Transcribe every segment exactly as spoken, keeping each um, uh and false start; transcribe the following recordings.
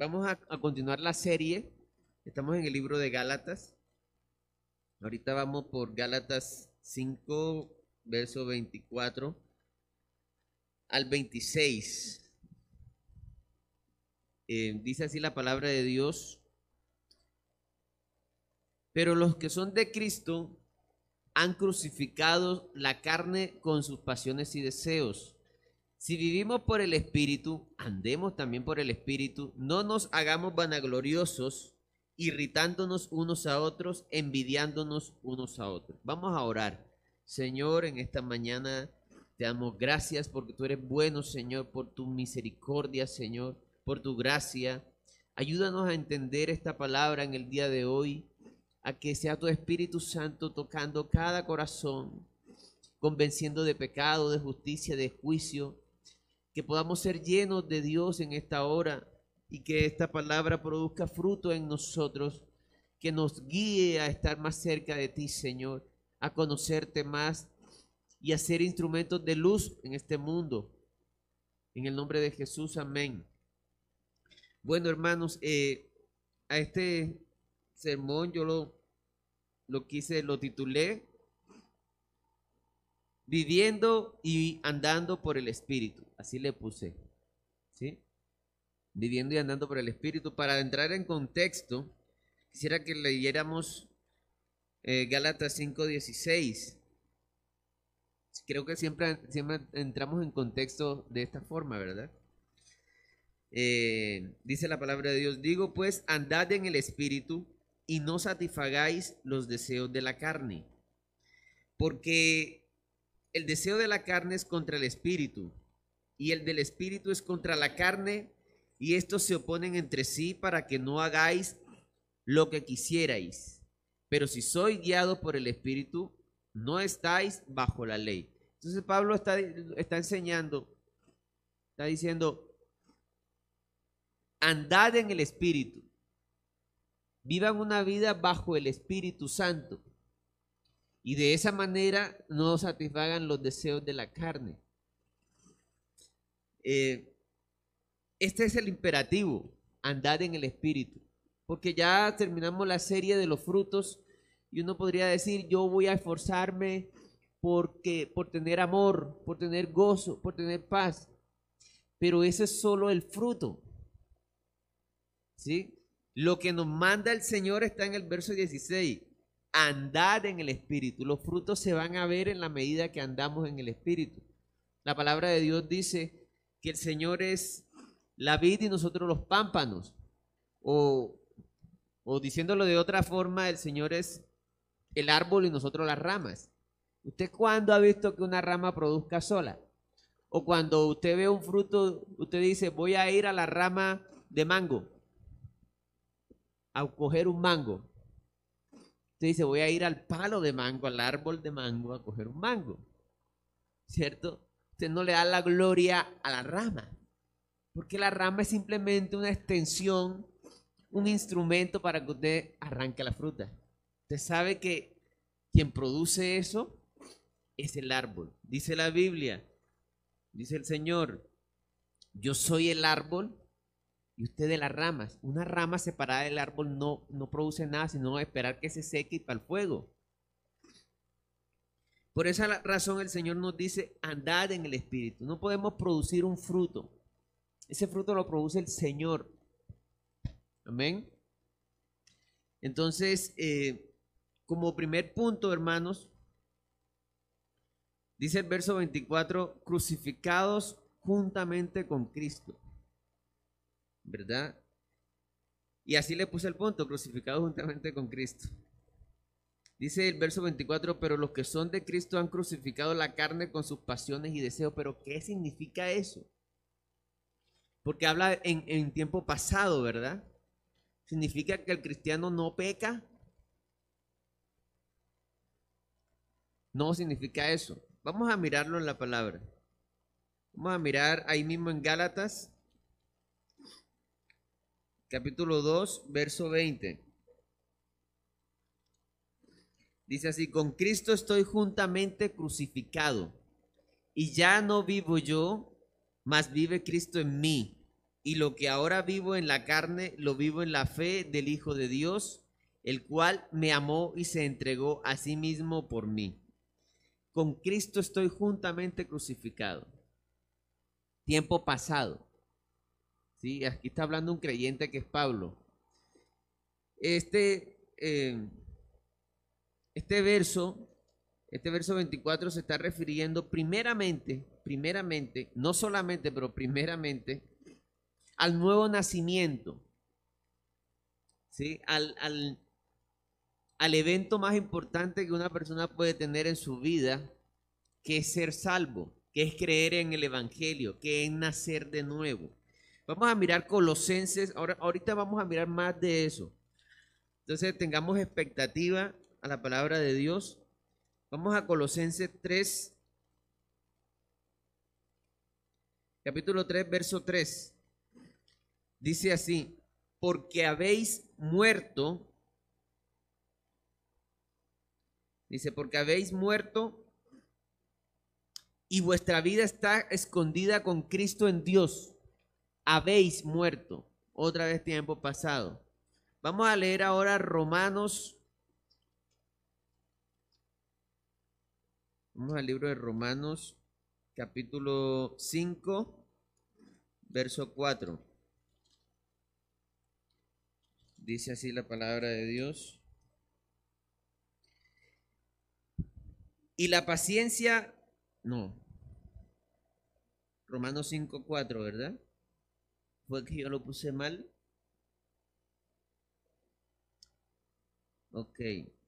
Vamos a, a continuar la serie. Estamos en el libro de Gálatas. Ahorita vamos por Gálatas cinco, verso veinticuatro al veintiséis. Eh, dice así la palabra de Dios. Pero los que son de Cristo han crucificado la carne con sus pasiones y deseos. Si vivimos por el Espíritu, andemos también por el Espíritu. No nos hagamos vanagloriosos, irritándonos unos a otros, envidiándonos unos a otros. Vamos a orar. Señor, en esta mañana te damos gracias porque tú eres bueno, Señor, por tu misericordia, Señor, por tu gracia. Ayúdanos a entender esta palabra en el día de hoy, a que sea tu Espíritu Santo tocando cada corazón, convenciendo de pecado, de justicia, de juicio, que podamos ser llenos de Dios en esta hora y que esta palabra produzca fruto en nosotros, que nos guíe a estar más cerca de ti, Señor, a conocerte más y a ser instrumentos de luz en este mundo. En el nombre de Jesús, amén. Bueno, hermanos, eh, a este sermón yo lo, lo quise, lo titulé Viviendo y andando por el Espíritu. Así le puse, ¿sí? Viviendo y andando por el Espíritu. Para entrar en contexto, quisiera que leyéramos eh, Gálatas cinco dieciséis. Creo que siempre, siempre entramos en contexto de esta forma, ¿verdad? Eh, dice la palabra de Dios: digo pues, andad en el Espíritu y no satisfagáis los deseos de la carne, porque el deseo de la carne es contra el Espíritu, y el del Espíritu es contra la carne, y estos se oponen entre sí para que no hagáis lo que quisierais. Pero si sois guiados por el Espíritu, no estáis bajo la ley. Entonces Pablo está, está enseñando, está diciendo: andad en el Espíritu, vivan una vida bajo el Espíritu Santo, y de esa manera no satisfagan los deseos de la carne. Eh, este es el imperativo: andad en el Espíritu, porque ya terminamos la serie de los frutos y uno podría decir: yo voy a esforzarme porque, por tener amor, por tener gozo, por tener paz, pero ese es solo el fruto, ¿sí? Lo que nos manda el Señor está en el verso dieciséis: andad en el Espíritu. Los frutos se van a ver en la medida que andamos en el Espíritu. La palabra de Dios dice que el Señor es la vid y nosotros los pámpanos, o, o diciéndolo de otra forma, el Señor es el árbol y nosotros las ramas. ¿Usted cuándo ha visto que una rama produzca sola? O cuando usted ve un fruto, usted dice: voy a ir a la rama de mango a coger un mango. Usted dice: voy a ir al palo de mango, al árbol de mango, a coger un mango, ¿cierto? Usted no le da la gloria a la rama, porque la rama es simplemente una extensión, un instrumento para que usted arranque la fruta. Usted sabe que quien produce eso es el árbol. Dice la Biblia, dice el Señor: yo soy el árbol y ustedes las ramas. Una rama separada del árbol no, no produce nada, sino esperar que se seque y para el fuego. Por esa razón el Señor nos dice: andad en el Espíritu. No podemos producir un fruto. Ese fruto lo produce el Señor. Amén. Entonces, eh, como primer punto, hermanos, dice el verso veinticuatro: crucificados juntamente con Cristo. ¿Verdad? Y así le puse el punto: crucificados juntamente con Cristo. Dice el verso veinticuatro: pero los que son de Cristo han crucificado la carne con sus pasiones y deseos. ¿Pero qué significa eso? Porque habla en, en tiempo pasado, ¿verdad? ¿Significa que el cristiano no peca? No significa eso. Vamos a mirarlo en la palabra. Vamos a mirar ahí mismo en Gálatas, capítulo dos, verso veinte. Dice así: con Cristo estoy juntamente crucificado, y ya no vivo yo, mas vive Cristo en mí. Y lo que ahora vivo en la carne, lo vivo en la fe del Hijo de Dios, el cual me amó y se entregó a sí mismo por mí. Con Cristo estoy juntamente crucificado. Tiempo pasado. ¿Sí? Aquí está hablando un creyente que es Pablo. Este, eh, este verso, este verso veinticuatro se está refiriendo primeramente, primeramente, no solamente, pero primeramente, al nuevo nacimiento, ¿sí? Al, al, al evento más importante que una persona puede tener en su vida, que es ser salvo, que es creer en el Evangelio, que es nacer de nuevo. Vamos a mirar Colosenses, ahora, ahorita vamos a mirar más de eso. Entonces tengamos expectativa a la palabra de Dios. Vamos a Colosenses tres, capítulo tres, verso tres. Dice así: porque habéis muerto, dice, porque habéis muerto y vuestra vida está escondida con Cristo en Dios. Habéis muerto. Otra vez tiempo pasado. Vamos a leer ahora Romanos. Vamos al libro de Romanos, capítulo cinco, verso cuatro. Dice así la palabra de Dios. Y la paciencia, no. Romanos cinco, cuatro, ¿verdad? ¿Fue que yo lo puse mal? Ok.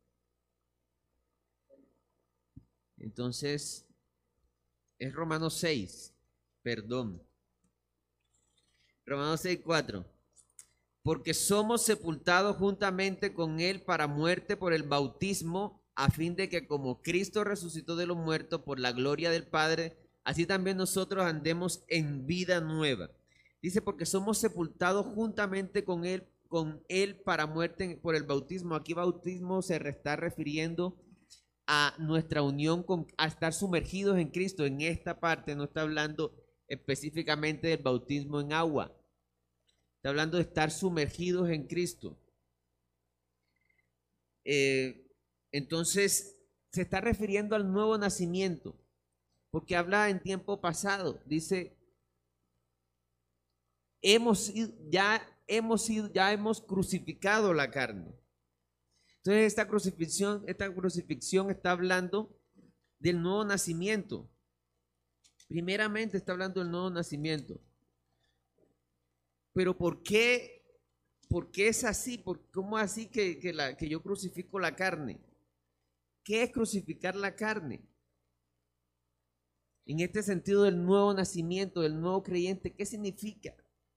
Entonces, es Romanos seis, perdón. Romanos seis, cuatro. Porque somos sepultados juntamente con él para muerte por el bautismo, a fin de que como Cristo resucitó de los muertos por la gloria del Padre, así también nosotros andemos en vida nueva. Dice, porque somos sepultados juntamente con él, con él para muerte por el bautismo. Aquí bautismo se está refiriendo a nuestra unión con, a estar sumergidos en Cristo. En esta parte no está hablando específicamente del bautismo en agua. Está hablando de estar sumergidos en Cristo. Eh, entonces, se está refiriendo al nuevo nacimiento, porque habla en tiempo pasado. Dice, hemos ya hemos sido, ya hemos crucificado la carne. Entonces, esta crucifixión, esta crucifixión está hablando del nuevo nacimiento. Primeramente está hablando del nuevo nacimiento. Pero ¿por qué? ¿Por qué es así? ¿Por, ¿Cómo así que, que, la, que yo crucifico la carne? ¿Qué es crucificar la carne? En este sentido del nuevo nacimiento, del nuevo creyente, ¿qué significa?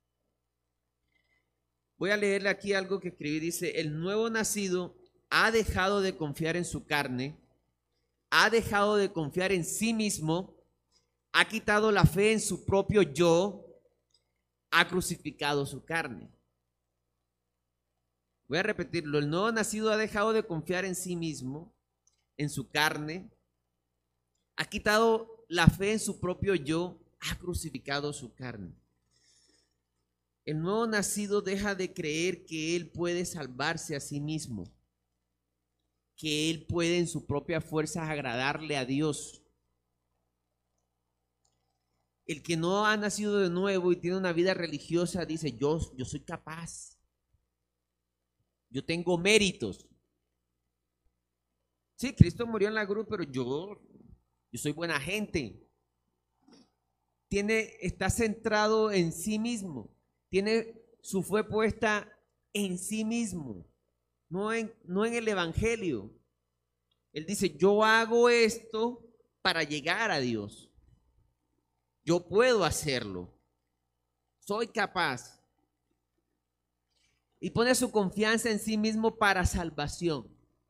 Voy a leerle aquí algo que escribí. Dice, el nuevo nacido ha dejado de confiar en su carne, ha dejado de confiar en sí mismo, ha quitado la fe en su propio yo, ha crucificado su carne. Voy a repetirlo, el nuevo nacido ha dejado de confiar en sí mismo, en su carne, ha quitado la fe en su propio yo, ha crucificado su carne. El nuevo nacido deja de creer que él puede salvarse a sí mismo, que él puede en su propia fuerza agradarle a Dios. El que no ha nacido de nuevo y tiene una vida religiosa dice, yo, yo soy capaz, yo tengo méritos. Sí, Cristo murió en la cruz, pero yo, yo soy buena gente. Tiene, está centrado en sí mismo, tiene su fe puesta en sí mismo, no en, no en el Evangelio. Él dice, yo hago esto para llegar a Dios. Yo puedo hacerlo. Soy capaz. Y pone su confianza en sí mismo para salvación.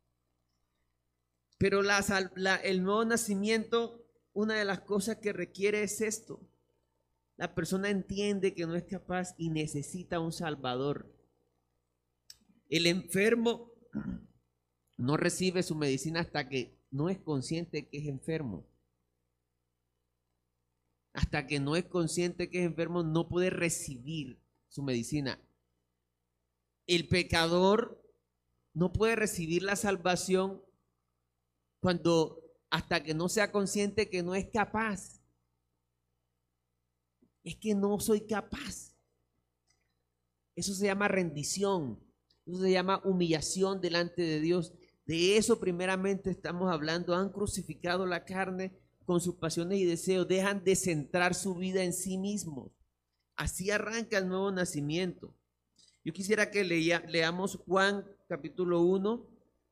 Pero la, la, el nuevo nacimiento, una de las cosas que requiere es esto. La persona entiende que no es capaz y necesita un salvador. El enfermo no recibe su medicina hasta que no es consciente que es enfermo. hasta que no es consciente que es enfermo, no puede recibir su medicina. El pecador no puede recibir la salvación cuando hasta que no sea consciente que no es capaz. Es que no soy capaz. Eso se llama rendición. Eso se llama humillación delante de Dios. De eso primeramente estamos hablando. Han crucificado la carne con sus pasiones y deseos. Dejan de centrar su vida en sí mismos. Así arranca el nuevo nacimiento. Yo quisiera que lea, leamos Juan capítulo uno.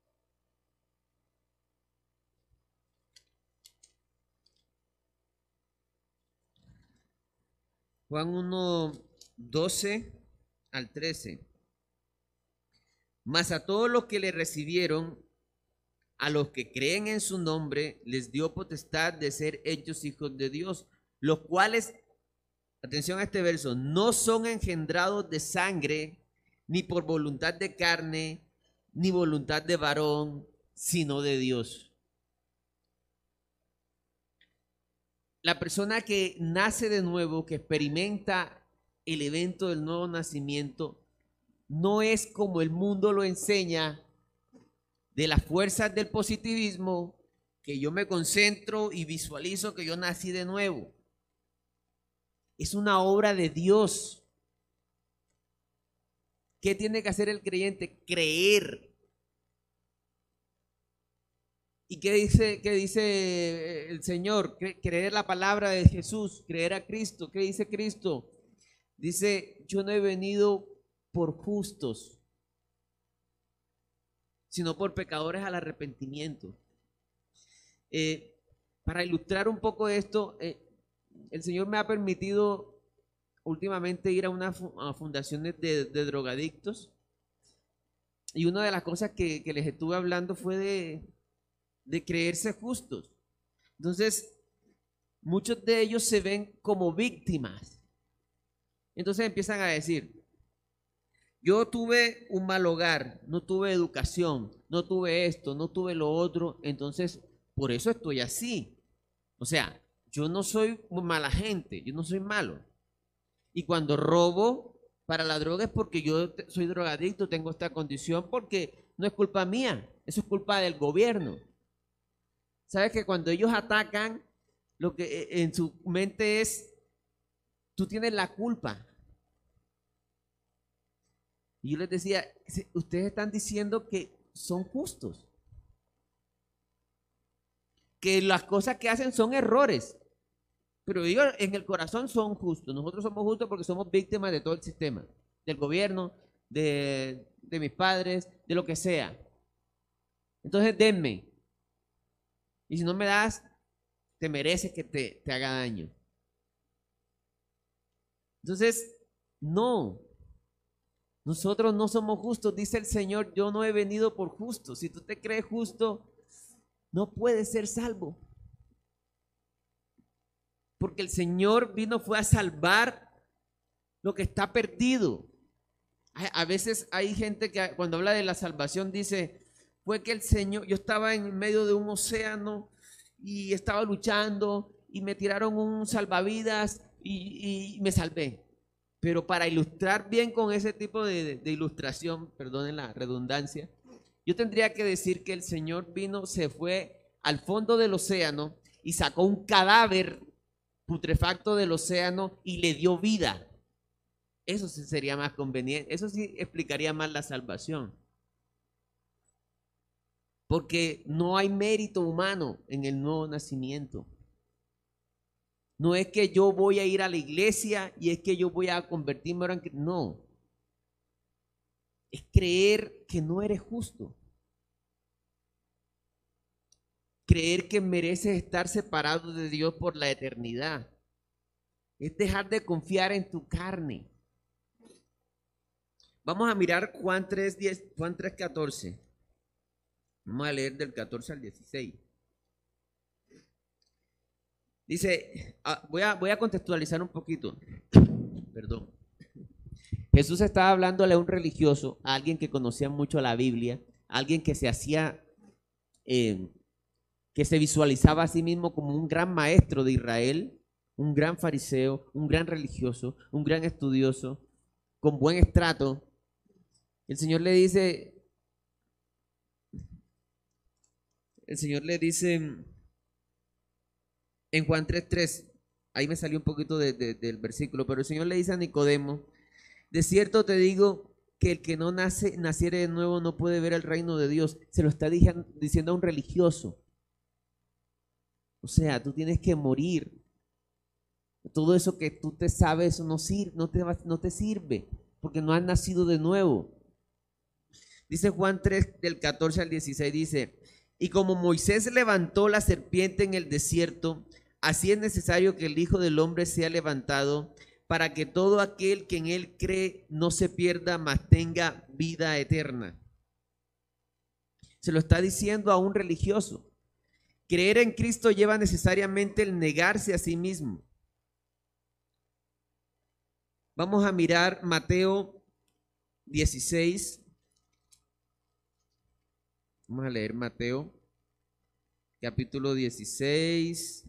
Juan uno, doce al trece. Mas a todos los que le recibieron, a los que creen en su nombre, les dio potestad de ser hechos hijos de Dios, los cuales, atención a este verso, no son engendrados de sangre, ni por voluntad de carne, ni voluntad de varón, sino de Dios. La persona que nace de nuevo, que experimenta el evento del nuevo nacimiento, no es como el mundo lo enseña, de las fuerzas del positivismo, que yo me concentro y visualizo que yo nací de nuevo. Es una obra de Dios. ¿Qué tiene que hacer el creyente? Creer. ¿Y qué dice, qué dice el Señor? Creer la palabra de Jesús, creer a Cristo. ¿Qué dice Cristo? Dice, yo no he venido por justos, sino por pecadores al arrepentimiento. Eh, para ilustrar un poco esto, eh, el Señor me ha permitido últimamente ir a unas a fundaciones de, de drogadictos, y una de las cosas que, que les estuve hablando fue de, de creerse justos. Entonces, muchos de ellos se ven como víctimas. Entonces empiezan a decir, yo tuve un mal hogar, no tuve educación, no tuve esto, no tuve lo otro, entonces por eso estoy así. O sea, yo no soy mala gente, yo no soy malo. Y cuando robo para la droga es porque yo soy drogadicto, tengo esta condición, porque no es culpa mía, eso es culpa del gobierno. ¿Sabes que cuando ellos atacan, lo que en su mente es, tú tienes la culpa? Y yo les decía, ustedes están diciendo que son justos, que las cosas que hacen son errores, pero ellos en el corazón son justos. Nosotros somos justos porque somos víctimas de todo el sistema, del gobierno, de, de mis padres, de lo que sea. Entonces denme, y si no me das, te mereces que te, te haga daño. Entonces, no. Nosotros no somos justos, dice el Señor, yo no he venido por justos. Si tú te crees justo, no puedes ser salvo. Porque el Señor vino fue a salvar lo que está perdido. A veces hay gente que cuando habla de la salvación dice, fue que el Señor, yo estaba en medio de un océano y estaba luchando y me tiraron un salvavidas y, y me salvé. Pero para ilustrar bien con ese tipo de, de ilustración, perdonen la redundancia, yo tendría que decir que el Señor vino, se fue al fondo del océano y sacó un cadáver putrefacto del océano y le dio vida. Eso sí sería más conveniente, eso sí explicaría más la salvación. Porque no hay mérito humano en el nuevo nacimiento. No es que yo voy a ir a la iglesia y es que yo voy a convertirme ahora en... No. Es creer que no eres justo. Creer que mereces estar separado de Dios por la eternidad. Es dejar de confiar en tu carne. Vamos a mirar Juan tres, diez, Juan tres, catorce. Vamos a leer del catorce al dieciséis. Dice, voy a, voy a contextualizar un poquito. Perdón. Jesús estaba hablándole a un religioso, a alguien que conocía mucho la Biblia, a alguien que se hacía, eh, que se visualizaba a sí mismo como un gran maestro de Israel. un gran fariseo, un gran religioso, un gran estudioso, con buen estrato. El Señor le dice, el Señor le dice en Juan tres tres, ahí me salió un poquito de, de, del versículo, pero el Señor le dice a Nicodemo, de cierto te digo que el que no nace, naciere de nuevo no puede ver el reino de Dios. Se lo está diciendo a un religioso. O sea, tú tienes que morir. Todo eso que tú te sabes, eso no sirve, no te, no te sirve, porque no has nacido de nuevo. Dice Juan tres, del catorce al dieciséis, dice, y como Moisés levantó la serpiente en el desierto, así es necesario que el Hijo del Hombre sea levantado, para que todo aquel que en él cree no se pierda, mas tenga vida eterna. Se lo está diciendo a un religioso. Creer en Cristo lleva necesariamente el negarse a sí mismo. Vamos a mirar Mateo dieciséis. Vamos a leer Mateo, capítulo dieciséis,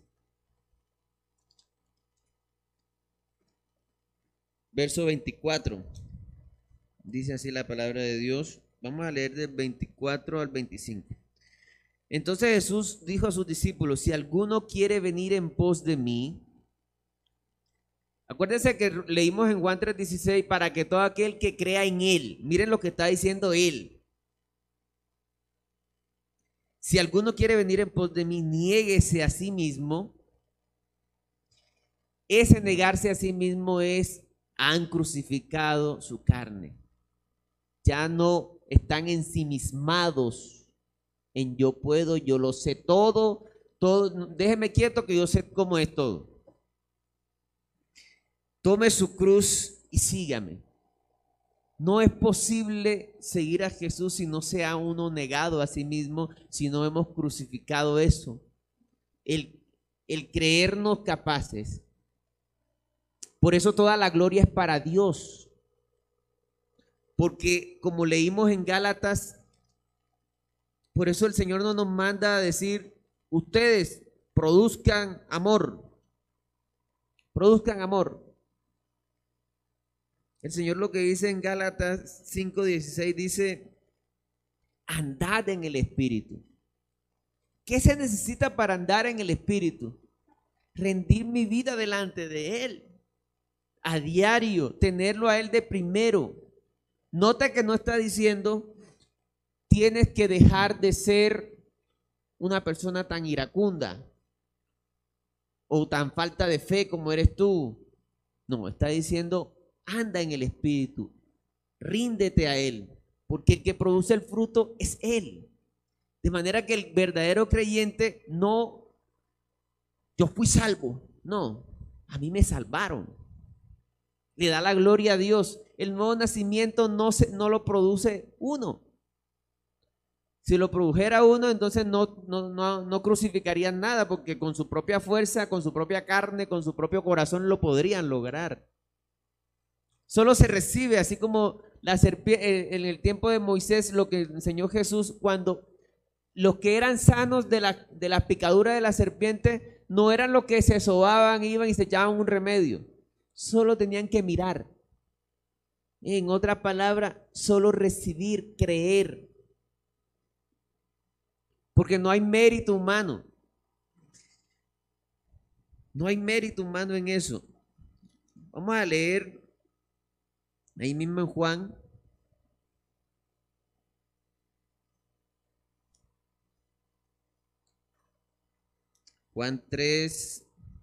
verso veinticuatro. Dice así la palabra de Dios. Vamos a leer del veinticuatro al veinticinco. Entonces Jesús dijo a sus discípulos, si alguno quiere venir en pos de mí, acuérdense que leímos en Juan tres dieciséis, para que todo aquel que crea en él, miren lo que está diciendo él. Si alguno quiere venir en pos de mí, niéguese a sí mismo. Ese negarse a sí mismo es, han crucificado su carne. Ya no están ensimismados en yo puedo, yo lo sé todo, todo, déjeme quieto que yo sé cómo es todo. Tome su cruz y sígame. No es posible seguir a Jesús si no sea uno negado a sí mismo, si no hemos crucificado eso. El, el creernos capaces. Por eso toda la gloria es para Dios. Porque como leímos en Gálatas, por eso el Señor no nos manda a decir, ustedes produzcan amor. Produzcan amor. El Señor lo que dice en Gálatas cinco dieciséis dice, andad en el Espíritu. ¿Qué se necesita para andar en el Espíritu? Rendir mi vida delante de Él. A diario, tenerlo a Él de primero. Nota que no está diciendo, tienes que dejar de ser una persona tan iracunda o tan falta de fe como eres tú. No, está diciendo, anda en el Espíritu, ríndete a Él, porque el que produce el fruto es Él. De manera que el verdadero creyente no, yo fui salvo, no, a mí me salvaron. Le da la gloria a Dios. El nuevo nacimiento no, se, no lo produce uno. Si lo produjera uno, entonces no, no, no, no crucificarían nada, porque con su propia fuerza, con su propia carne, con su propio corazón lo podrían lograr. Solo se recibe, así como la serpiente, en el tiempo de Moisés, lo que enseñó Jesús, cuando los que eran sanos de la, de la picadura de la serpiente no eran los que se sobaban, iban y se echaban un remedio. Solo tenían que mirar. En otra palabra, solo recibir, creer. Porque no hay mérito humano. No hay mérito humano en eso. Vamos a leer ahí mismo en Juan. Juan tres.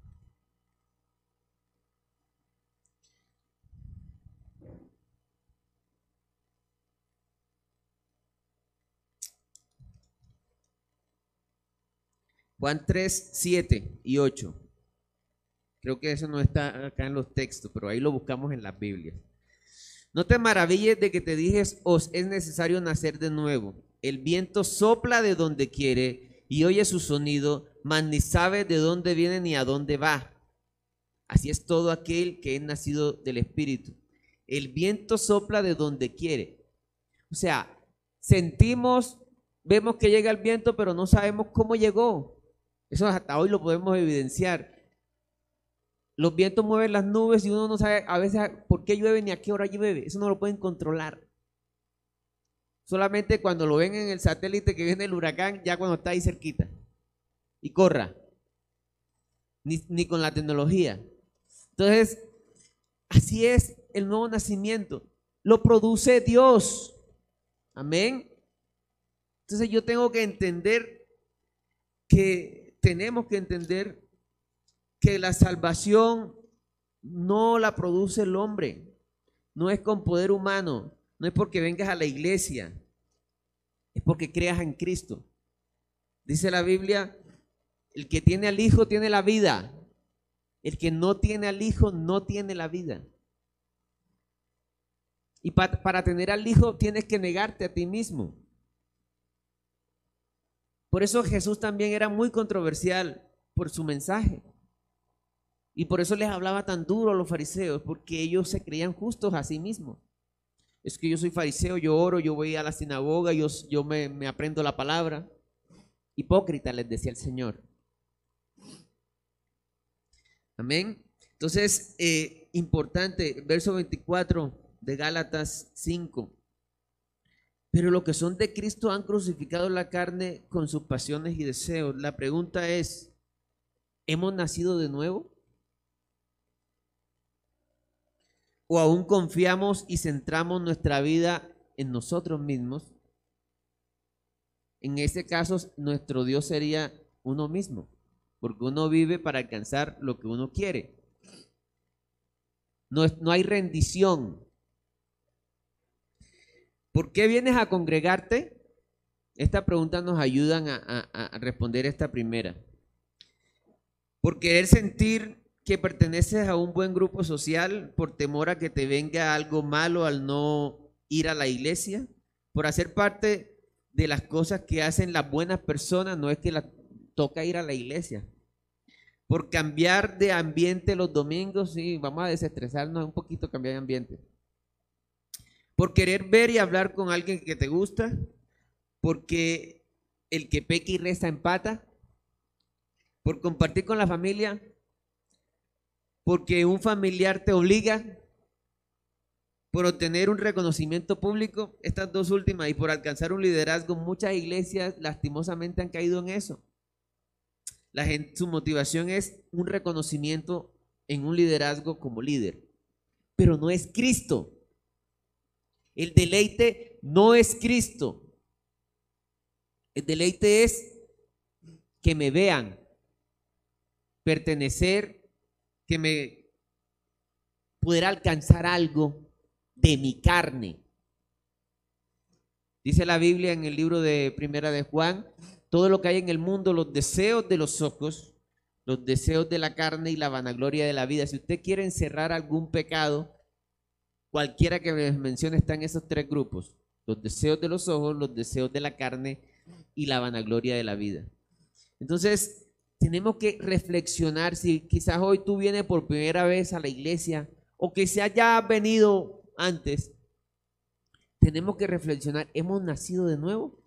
Juan tres, siete y ocho. Creo que eso no está acá en los textos, pero ahí lo buscamos en las Biblias. No te maravilles de que te dijes, os es necesario nacer de nuevo. El viento sopla de donde quiere y oye su sonido, mas ni sabe de dónde viene ni a dónde va. Así es todo aquel que es nacido del Espíritu. El viento sopla de donde quiere. O sea, sentimos, vemos que llega el viento, pero no sabemos cómo llegó. Eso hasta hoy lo podemos evidenciar. Los vientos mueven las nubes y uno no sabe a veces por qué llueve ni a qué hora llueve. Eso no lo pueden controlar. Solamente cuando lo ven en el satélite que viene el huracán, ya cuando está ahí cerquita. Y corra. Ni, ni con la tecnología. Entonces, así es el nuevo nacimiento. Lo produce Dios. Amén. Entonces yo tengo que entender que tenemos que entender que la salvación no la produce el hombre, no es con poder humano, no es porque vengas a la iglesia, es porque creas en Cristo. Dice la Biblia, el que tiene al Hijo tiene la vida, el que no tiene al Hijo no tiene la vida. Y pa- para tener al Hijo tienes que negarte a ti mismo. Por eso Jesús también era muy controversial por su mensaje. Y por eso les hablaba tan duro a los fariseos, porque ellos se creían justos a sí mismos. Es que yo soy fariseo, yo oro, yo voy a la sinagoga, yo, yo me, me aprendo la palabra. Hipócrita, les decía el Señor. Amén. Entonces, eh, importante, verso veinticuatro de Gálatas cinco. Pero los que son de Cristo han crucificado la carne con sus pasiones y deseos. La pregunta es, ¿hemos nacido de nuevo? ¿O aún confiamos y centramos nuestra vida en nosotros mismos? En ese caso, nuestro Dios sería uno mismo, porque uno vive para alcanzar lo que uno quiere. No, es, no hay rendición. ¿Por qué vienes a congregarte? Esta pregunta nos ayuda a, a, a responder esta primera. Por querer sentir que perteneces a un buen grupo social, por temor a que te venga algo malo al no ir a la iglesia, por hacer parte de las cosas que hacen las buenas personas, no es que la, toca ir a la iglesia. Por cambiar de ambiente los domingos, sí, vamos a desestresarnos un poquito, cambiar de ambiente. Por querer ver y hablar con alguien que te gusta, porque el que peca y reza empata, por compartir con la familia, porque un familiar te obliga, por obtener un reconocimiento público, estas dos últimas, y por alcanzar un liderazgo. Muchas iglesias lastimosamente han caído en eso. La gente, su motivación es un reconocimiento en un liderazgo como líder, pero no es Cristo. El deleite no es Cristo. El deleite es que me vean, pertenecer, que me pudiera alcanzar algo de mi carne. Dice la Biblia en el libro de Primera de Juan, todo lo que hay en el mundo, los deseos de los ojos, los deseos de la carne y la vanagloria de la vida. Si usted quiere encerrar algún pecado, cualquiera que les mencione está en esos tres grupos: los deseos de los ojos, los deseos de la carne y la vanagloria de la vida. Entonces, tenemos que reflexionar. Si quizás hoy tú vienes por primera vez a la iglesia o que se haya venido antes, tenemos que reflexionar, ¿hemos nacido de nuevo?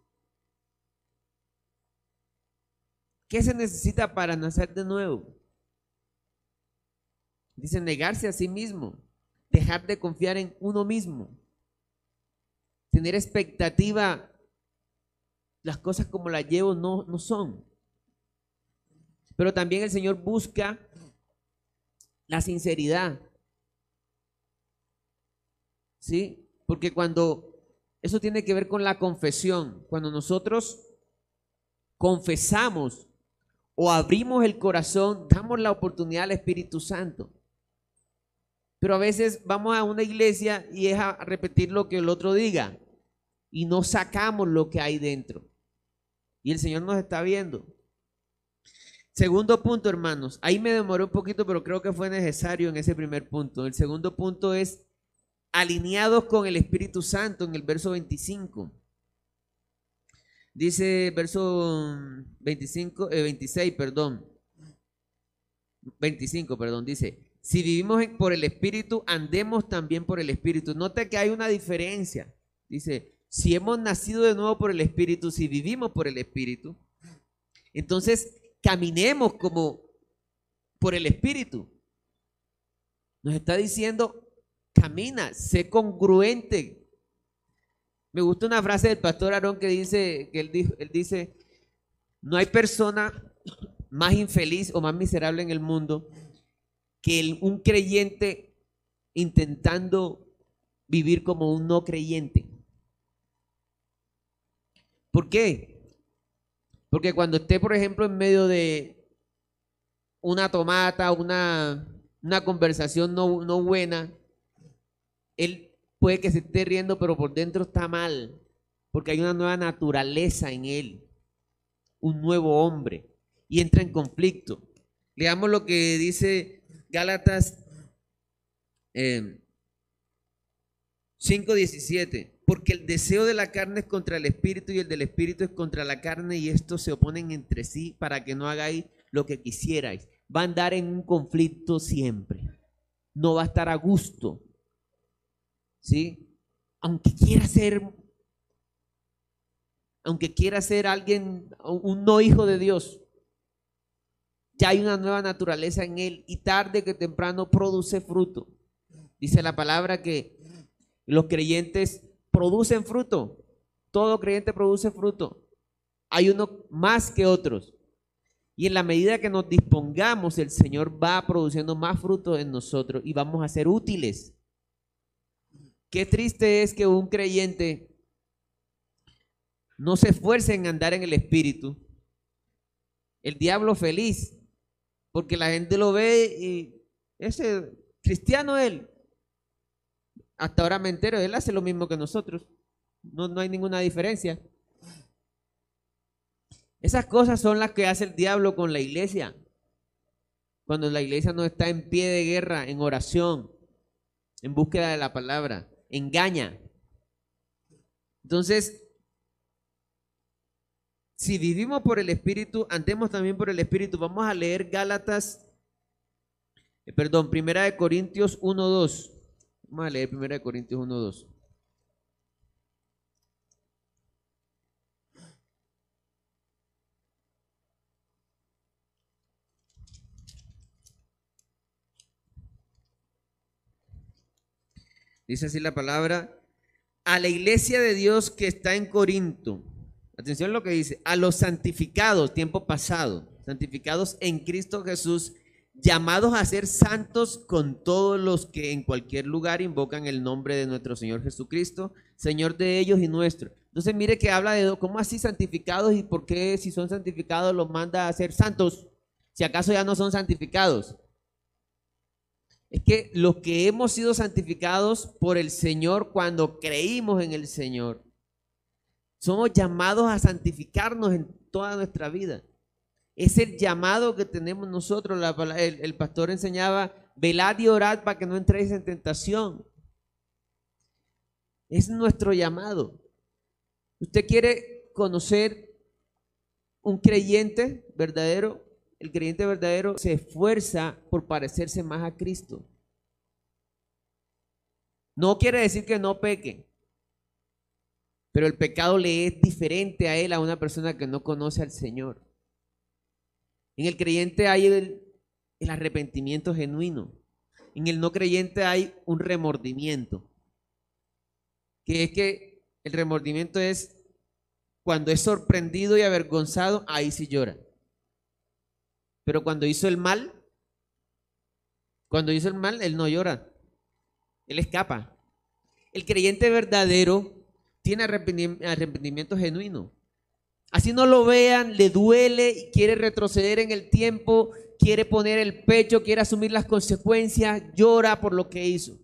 ¿Qué se necesita para nacer de nuevo? Dice negarse a sí mismo, dejar de confiar en uno mismo, tener expectativa. Las cosas como las llevo no, no son. Pero también el Señor busca la sinceridad. ¿Sí? Porque cuando eso tiene que ver con la confesión, cuando nosotros confesamos o abrimos el corazón, damos la oportunidad al Espíritu Santo. Pero a veces vamos a una iglesia y es a repetir lo que el otro diga y no sacamos lo que hay dentro. Y el Señor nos está viendo. Segundo punto, hermanos. Ahí me demoré un poquito, pero creo que fue necesario en ese primer punto. El segundo punto es alineados con el Espíritu Santo en el verso veinticinco. Dice verso veinticinco, eh, veintiséis, perdón. veinticinco, perdón, dice: si vivimos por el Espíritu, andemos también por el Espíritu. Nota que hay una diferencia. Dice, si hemos nacido de nuevo por el Espíritu, si vivimos por el Espíritu, entonces caminemos como por el Espíritu. Nos está diciendo, camina, sé congruente. Me gusta una frase del pastor Aarón que dice, que él, dijo, él dice, no hay persona más infeliz o más miserable en el mundo que el, un creyente intentando vivir como un no creyente. ¿Por qué? Porque cuando esté, por ejemplo, en medio de una tomata, una, una conversación no, no buena, él puede que se esté riendo, pero por dentro está mal, porque hay una nueva naturaleza en él, un nuevo hombre, y entra en conflicto. Leamos lo que dice Gálatas eh, cinco diecisiete. Porque el deseo de la carne es contra el espíritu y el del espíritu es contra la carne, y estos se oponen entre sí para que no hagáis lo que quisierais. Va a andar en un conflicto siempre. No va a estar a gusto. ¿Sí? Aunque quiera ser, aunque quiera ser alguien, un no hijo de Dios, ya hay una nueva naturaleza en él y tarde que temprano produce fruto. Dice la palabra que los creyentes producen fruto. Todo creyente produce fruto. Hay uno más que otros. Y en la medida que nos dispongamos, el Señor va produciendo más fruto en nosotros y vamos a ser útiles. Qué triste es que un creyente no se esfuerce en andar en el Espíritu. El diablo feliz, porque la gente lo ve y ese cristiano él. Hasta ahora me entero, él hace lo mismo que nosotros. No, no hay ninguna diferencia. Esas cosas son las que hace el diablo con la iglesia. Cuando la iglesia no está en pie de guerra, en oración, en búsqueda de la palabra, engaña. Entonces, si vivimos por el Espíritu, andemos también por el Espíritu. Vamos a leer Gálatas, eh, perdón, Primera de Corintios uno dos. Vamos a leer Primera de Corintios uno dos. Dice así la palabra: a la iglesia de Dios que está en Corinto. Atención a lo que dice: a los santificados, tiempo pasado, santificados en Cristo Jesús, llamados a ser santos con todos los que en cualquier lugar invocan el nombre de nuestro Señor Jesucristo, Señor de ellos y nuestro. Entonces mire que habla de cómo así santificados y por qué si son santificados los manda a ser santos, si acaso ya no son santificados. Es que los que hemos sido santificados por el Señor cuando creímos en el Señor, somos llamados a santificarnos en toda nuestra vida. Es el llamado que tenemos nosotros. La, el, el pastor enseñaba: velad y orad para que no entréis en tentación. Es nuestro llamado. ¿Usted quiere conocer un creyente verdadero? El creyente verdadero se esfuerza por parecerse más a Cristo. No quiere decir que no peque, pero el pecado le es diferente a él, a una persona que no conoce al Señor. En el creyente hay el, el arrepentimiento genuino. En el no creyente hay un remordimiento. Que es que el remordimiento es cuando es sorprendido y avergonzado, ahí sí llora. Pero cuando hizo el mal, cuando hizo el mal, él no llora. Él escapa. El creyente verdadero tiene arrepentimiento genuino. Así no lo vean, le duele y quiere retroceder en el tiempo, quiere poner el pecho, quiere asumir las consecuencias, llora por lo que hizo.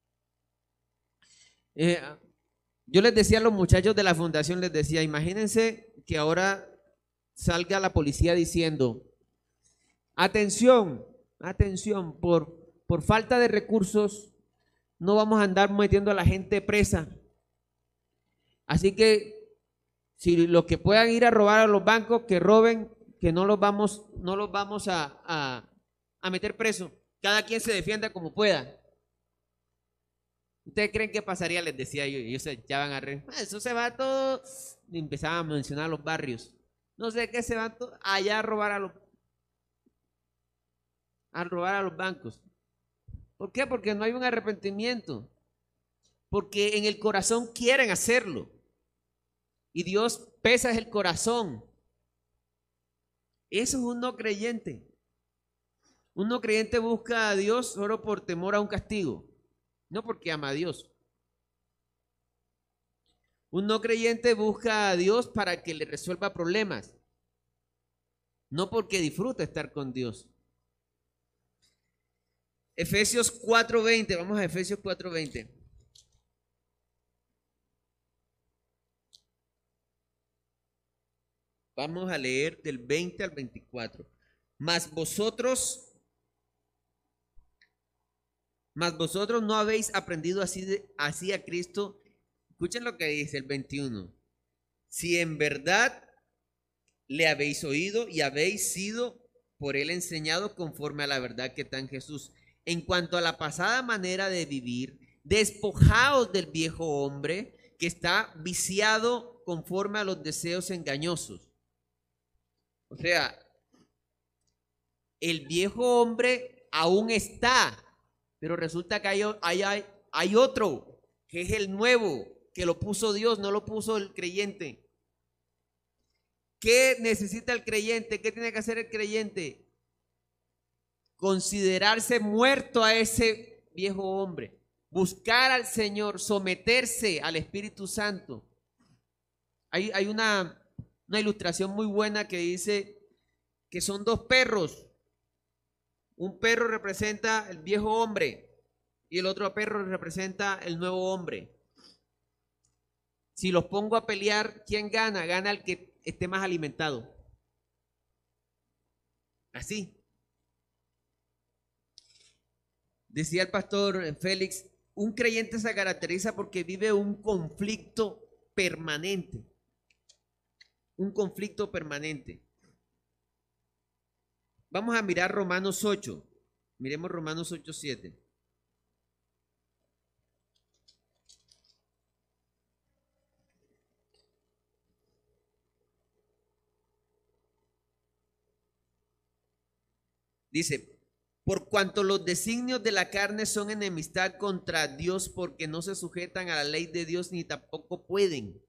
Eh, yo les decía a los muchachos de la fundación, les decía: imagínense que ahora salga la policía diciendo: atención, atención, por, por falta de recursos no vamos a andar metiendo a la gente presa. Así que si los que puedan ir a robar a los bancos, que roben, que no los vamos, no los vamos a, a, a meter preso. Cada quien se defienda como pueda. ¿Ustedes creen que pasaría? Les decía yo. Y ellos se echaban a reír. Ah, eso se va todo. Y empezaban a mencionar los barrios. No sé qué se van todo allá a robar a los, a robar a los bancos. ¿Por qué? Porque no hay un arrepentimiento. Porque en el corazón quieren hacerlo. Y Dios pesa el corazón. Eso es un no creyente. Un no creyente busca a Dios solo por temor a un castigo, no porque ama a Dios. Un no creyente busca a Dios para que le resuelva problemas, no porque disfruta estar con Dios. Efesios cuatro veinte, vamos a Efesios cuatro veinte. Vamos a leer del veinte al veinticuatro. Mas vosotros, mas vosotros no habéis aprendido así, de, así a Cristo. Escuchen lo que dice el veintiuno. Si en verdad le habéis oído y habéis sido por él enseñado conforme a la verdad que está en Jesús. En cuanto a la pasada manera de vivir, despojaos del viejo hombre que está viciado conforme a los deseos engañosos. O sea, el viejo hombre aún está, pero resulta que hay, hay, hay otro, que es el nuevo, que lo puso Dios, no lo puso el creyente. ¿Qué necesita el creyente? ¿Qué tiene que hacer el creyente? Considerarse muerto a ese viejo hombre, buscar al Señor, someterse al Espíritu Santo. Hay, hay una, una ilustración muy buena que dice que son dos perros. Un perro representa el viejo hombre y el otro perro representa el nuevo hombre. Si los pongo a pelear, ¿quién gana? Gana el que esté más alimentado. Así. Decía el pastor Félix, un creyente se caracteriza porque vive un conflicto permanente. Un conflicto permanente. Vamos a mirar Romanos ocho. Miremos Romanos ocho, siete. Dice, por cuanto los designios de la carne son enemistad contra Dios porque no se sujetan a la ley de Dios ni tampoco pueden.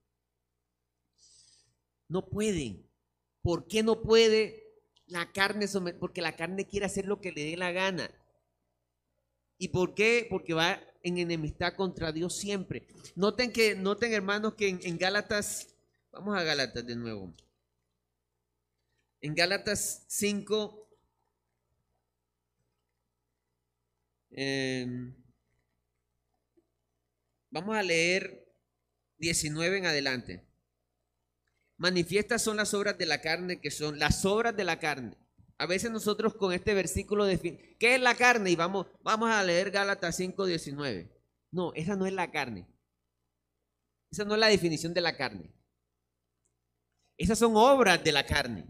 No pueden. ¿Por qué no puede? La carne, porque la carne quiere hacer lo que le dé la gana. ¿Y por qué? Porque va en enemistad contra Dios siempre. Noten que, noten hermanos que en, en Gálatas, vamos a Gálatas de nuevo. En Gálatas cinco, eh, vamos a leer diecinueve en adelante. Manifiestas son las obras de la carne, que son las obras de la carne. A veces nosotros con este versículo definimos, ¿qué es la carne? Y vamos, vamos a leer Gálatas cinco, diecinueve. No, esa no es la carne. Esa no es la definición de la carne. Esas son obras de la carne.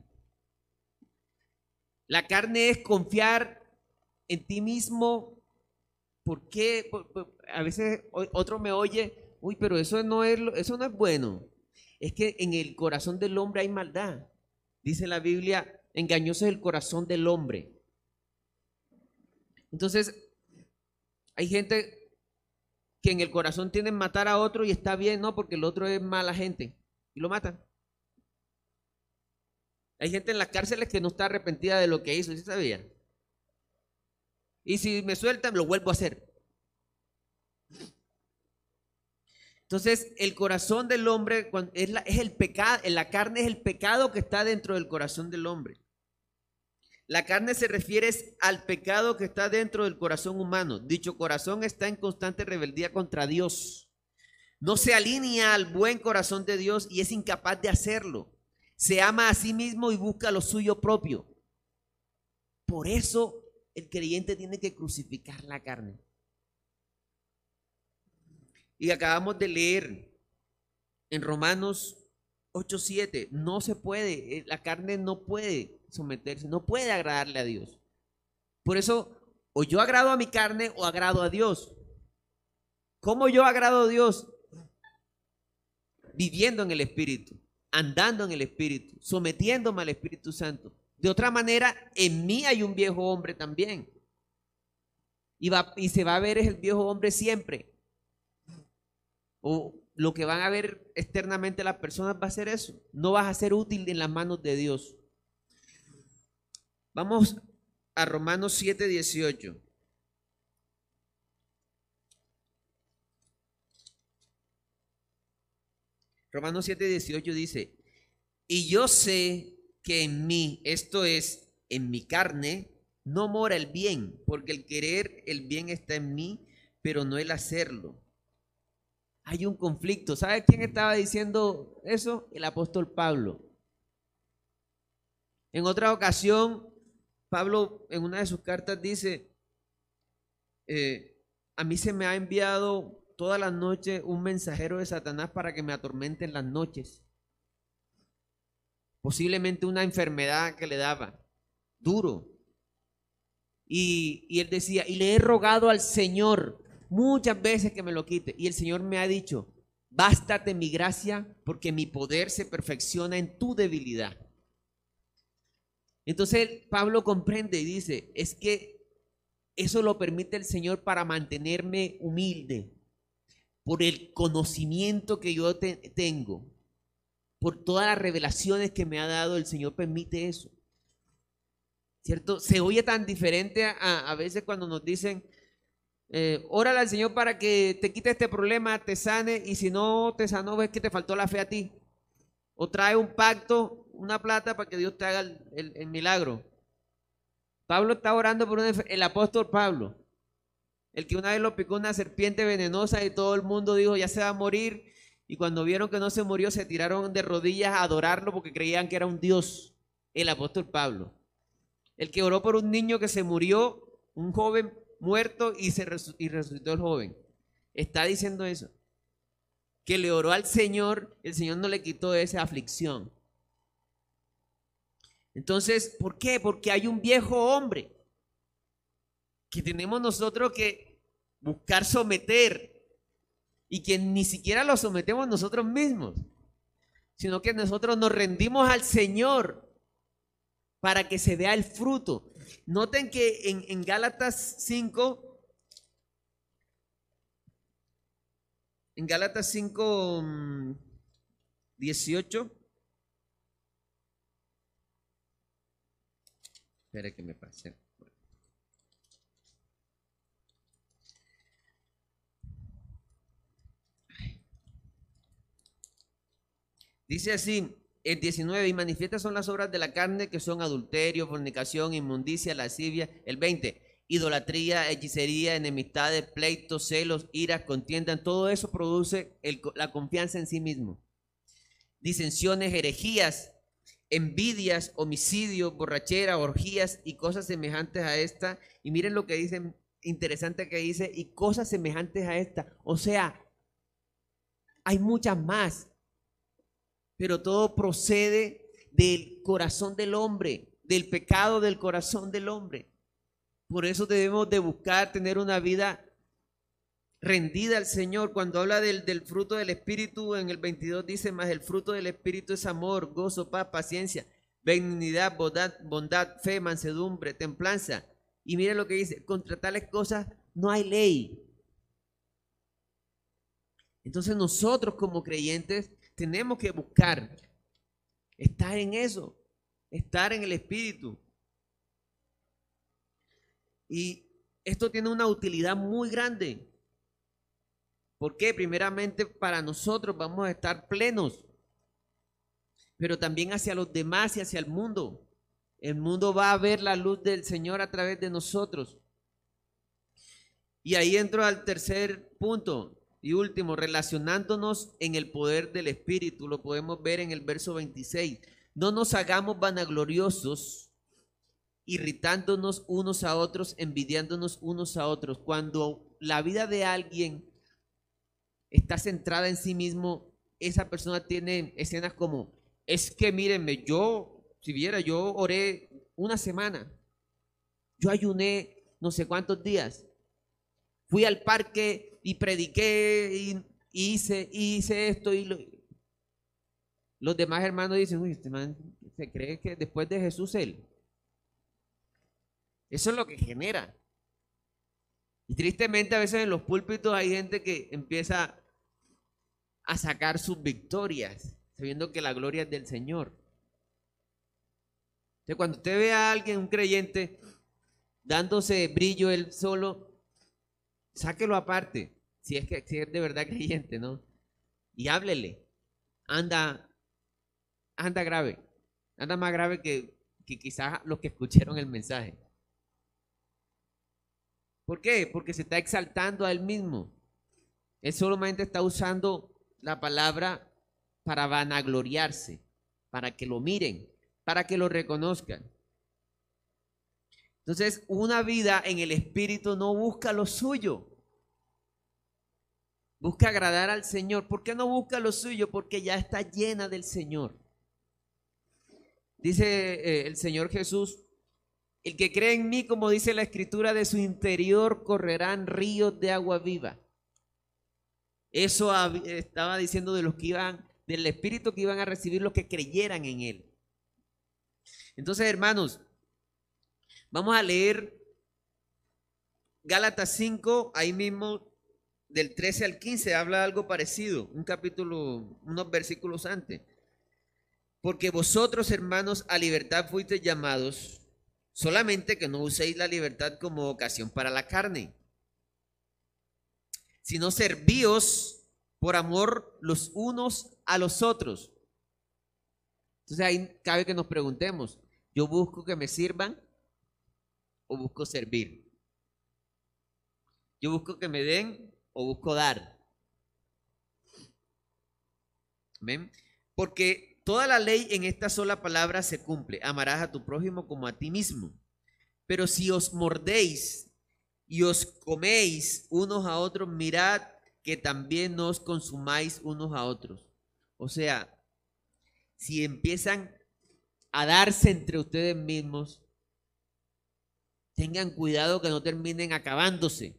La carne es confiar en ti mismo. ¿Por qué? Por, por, a veces otro me oye, uy, pero eso no es, eso no es bueno. Es que en el corazón del hombre hay maldad. Dice la Biblia, engañoso es el corazón del hombre. Entonces, hay gente que en el corazón tienen matar a otro y está bien, no, porque el otro es mala gente y lo matan. Hay gente en las cárceles que no está arrepentida de lo que hizo, ¿sí sabía? Y si me sueltan, lo vuelvo a hacer. Entonces, el corazón del hombre es, la, es el pecado, la carne es el pecado que está dentro del corazón del hombre. La carne se refiere al pecado que está dentro del corazón humano. Dicho corazón está en constante rebeldía contra Dios. No se alinea al buen corazón de Dios y es incapaz de hacerlo. Se ama a sí mismo y busca lo suyo propio. Por eso el creyente tiene que crucificar la carne. Y acabamos de leer en Romanos ocho, siete, no se puede, la carne no puede someterse, no puede agradarle a Dios. Por eso, o yo agrado a mi carne o agrado a Dios. ¿Cómo yo agrado a Dios? Viviendo en el Espíritu, andando en el Espíritu, sometiéndome al Espíritu Santo. De otra manera, en mí hay un viejo hombre también. Y, va, y se va a ver es el viejo hombre siempre. O lo que van a ver externamente las personas va a ser eso. No vas a ser útil en las manos de Dios. Vamos a Romanos siete dieciocho. Romanos siete dieciocho dice, y yo sé que en mí, esto es, en mi carne, no mora el bien, porque el querer el bien está en mí, pero no el hacerlo. Hay un conflicto. ¿Sabe quién estaba diciendo eso? El apóstol Pablo. En otra ocasión, Pablo en una de sus cartas dice, eh, a mí se me ha enviado todas las noches un mensajero de Satanás para que me atormente en las noches. Posiblemente una enfermedad que le daba, duro. Y, y él decía, y le he rogado al Señor muchas veces que me lo quite. Y el Señor me ha dicho, bástate mi gracia, porque mi poder se perfecciona en tu debilidad. Entonces Pablo comprende y dice, es que eso lo permite el Señor para mantenerme humilde, por el conocimiento que yo te, tengo, por todas las revelaciones que me ha dado, el Señor permite eso. ¿Cierto? Se oye tan diferente a, a veces cuando nos dicen, eh, órale al Señor para que te quite este problema, te sane, y si no te sanó, ves que te faltó la fe a ti. O trae un pacto, una plata para que Dios te haga el, el, el milagro. Pablo está orando por un, el apóstol Pablo, el que una vez lo picó una serpiente venenosa y todo el mundo dijo, ya se va a morir. Y cuando vieron que no se murió, se tiraron de rodillas a adorarlo porque creían que era un Dios, el apóstol Pablo. El que oró por un niño que se murió, un joven muerto y, se resu y resucitó el joven. Está diciendo eso. Que le oró al Señor, el Señor no le quitó esa aflicción. Entonces, ¿por qué? Porque hay un viejo hombre que tenemos nosotros que buscar someter y que ni siquiera lo sometemos nosotros mismos, sino que nosotros nos rendimos al Señor para que se vea el fruto. Noten que en, en Gálatas cinco, en Gálatas cinco, dieciocho, espere que me pase. Dice así, el diecinueve, y manifiestas son las obras de la carne, que son adulterio, fornicación, inmundicia, lascivia. El veinte, idolatría, hechicería, enemistades, pleitos, celos, iras, contiendas. Todo eso produce el, la confianza en sí mismo. Disensiones, herejías, envidias, homicidios, borrachera, orgías y cosas semejantes a esta. Y miren lo que dice, interesante que dice, y cosas semejantes a esta. O sea, hay muchas más. Pero todo procede del corazón del hombre, del pecado del corazón del hombre. Por eso debemos de buscar tener una vida rendida al Señor. Cuando habla del, del fruto del Espíritu, en el veintidós dice, más el fruto del Espíritu es amor, gozo, paz, paciencia, benignidad, bondad, bondad, fe, mansedumbre, templanza. Y mire lo que dice, contra tales cosas no hay ley. Entonces nosotros como creyentes tenemos que buscar estar en eso, estar en el Espíritu. Y esto tiene una utilidad muy grande. ¿Por qué? Primeramente para nosotros vamos a estar plenos, pero también hacia los demás y hacia el mundo. El mundo va a ver la luz del Señor a través de nosotros. Y ahí entro al tercer punto. Y último, relacionándonos en el poder del Espíritu, lo podemos ver en el verso veintiséis. No nos hagamos vanagloriosos, irritándonos unos a otros, envidiándonos unos a otros. Cuando la vida de alguien está centrada en sí mismo, esa persona tiene escenas como, es que mírenme, yo, si viera, yo oré una semana, yo ayuné no sé cuántos días, fui al parque y prediqué y, y hice, y hice esto y lo, los demás hermanos dicen, uy, este man se cree que después de Jesús él. Eso es lo que genera. Y tristemente a veces en los púlpitos hay gente que empieza a sacar sus victorias, sabiendo que la gloria es del Señor. Entonces, cuando usted ve a alguien, un creyente, dándose brillo él solo, sáquelo aparte, si es que si es de verdad creyente, ¿no? Y háblele. Anda, anda grave, anda más grave que, que quizás los que escucharon el mensaje. ¿Por qué? Porque se está exaltando a él mismo. Él solamente está usando la palabra para vanagloriarse, para que lo miren, para que lo reconozcan. Entonces, una vida en el Espíritu no busca lo suyo. Busca agradar al Señor. ¿Por qué no busca lo suyo? Porque ya está llena del Señor. Dice eh, el Señor Jesús, el que cree en mí, como dice la Escritura, de su interior correrán ríos de agua viva. Eso estaba diciendo de los que iban, del Espíritu que iban a recibir los que creyeran en Él. Entonces, hermanos, vamos a leer Gálatas cinco, ahí mismo del trece al quince, habla algo parecido, un capítulo, unos versículos antes. Porque vosotros, hermanos, a libertad fuisteis llamados, solamente que no uséis la libertad como ocasión para la carne, sino servíos por amor los unos a los otros. Entonces ahí cabe que nos preguntemos, ¿yo busco que me sirvan o busco servir? ¿Yo busco que me den o busco dar? ¿Ven? Porque toda la ley en esta sola palabra se cumple: amarás a tu prójimo como a ti mismo. Pero si os mordéis y os coméis unos a otros, mirad que también no os consumáis unos a otros. O sea, si empiezan a darse entre ustedes mismos, tengan cuidado que no terminen acabándose.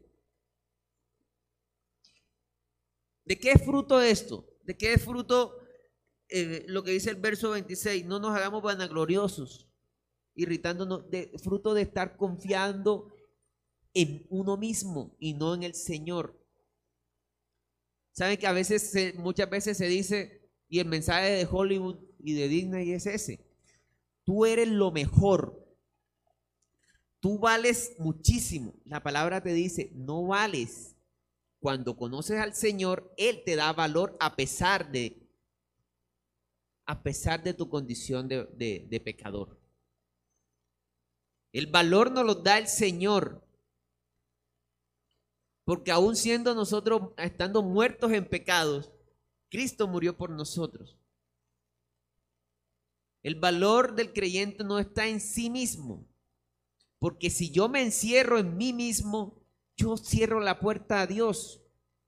¿De qué es fruto esto? ¿De qué es fruto eh, lo que dice el verso veintiséis? No nos hagamos vanagloriosos, irritándonos, de, fruto de estar confiando en uno mismo y no en el Señor. Saben que a veces, se, muchas veces se dice, y el mensaje de Hollywood y de Disney es ese: tú eres lo mejor, tú vales muchísimo. La palabra te dice, no vales. Cuando conoces al Señor, Él te da valor a pesar de, a pesar de tu condición de, de, de pecador. El valor nos lo da el Señor. Porque aún siendo nosotros, estando muertos en pecados, Cristo murió por nosotros. El valor del creyente no está en sí mismo. Porque si yo me encierro en mí mismo, yo cierro la puerta a Dios.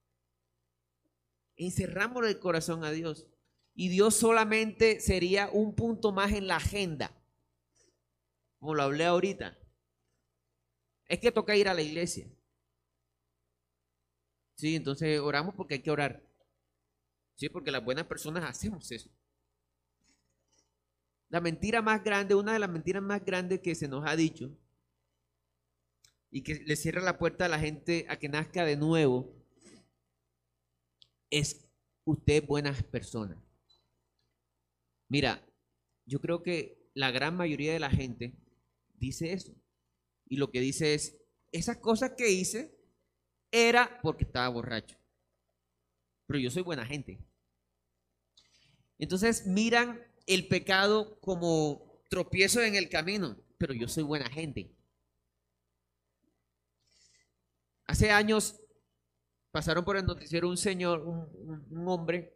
Encerramos el corazón a Dios. Y Dios solamente sería un punto más en la agenda. Como lo hablé ahorita. Es que toca ir a la iglesia. Sí, entonces oramos porque hay que orar. Sí, porque las buenas personas hacemos eso. La mentira más grande, una de las mentiras más grandes que se nos ha dicho y que le cierra la puerta a la gente a que nazca de nuevo, es: usted es buena persona. Mira, yo creo que la gran mayoría de la gente dice eso. Y lo que dice es: esas cosas que hice era porque estaba borracho. Pero yo soy buena gente. Entonces miran el pecado como tropiezo en el camino. Pero yo soy buena gente. Hace años pasaron por el noticiero un señor, un, un, un hombre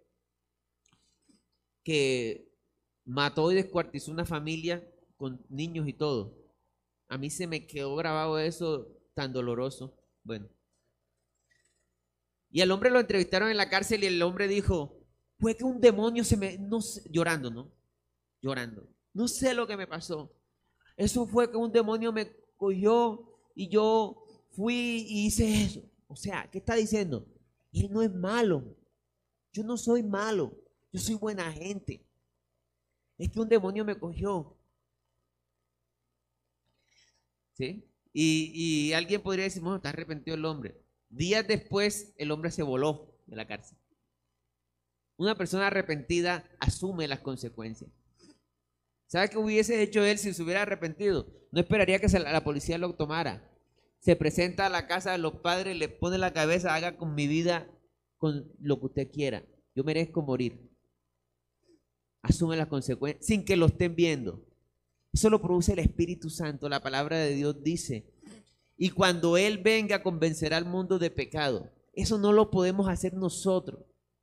que mató y descuartizó una familia con niños y todo. A mí se me quedó grabado eso tan doloroso. Bueno. Y al hombre lo entrevistaron en la cárcel y el hombre dijo: fue que un demonio se me... No sé, llorando, ¿no? Llorando. No sé lo que me pasó. Eso fue que un demonio me cogió y yo fui y hice eso. O sea, ¿qué está diciendo? Él no es malo. Yo no soy malo. Yo soy buena gente. Es que un demonio me cogió. ¿Sí? Y, y alguien podría decir, bueno, está arrepentido el hombre. Días después, el hombre se voló de la cárcel. Una persona arrepentida asume las consecuencias. ¿Sabe qué hubiese hecho él si se hubiera arrepentido? No esperaría que la policía lo tomara. Se presenta a la casa de los padres, le pone la cabeza, haga con mi vida con lo que usted quiera. Yo merezco morir. Asume las consecuencias sin que lo estén viendo. Eso lo produce el Espíritu Santo. La palabra de Dios dice, y cuando Él venga convencerá al mundo de pecado. Eso no lo podemos hacer nosotros.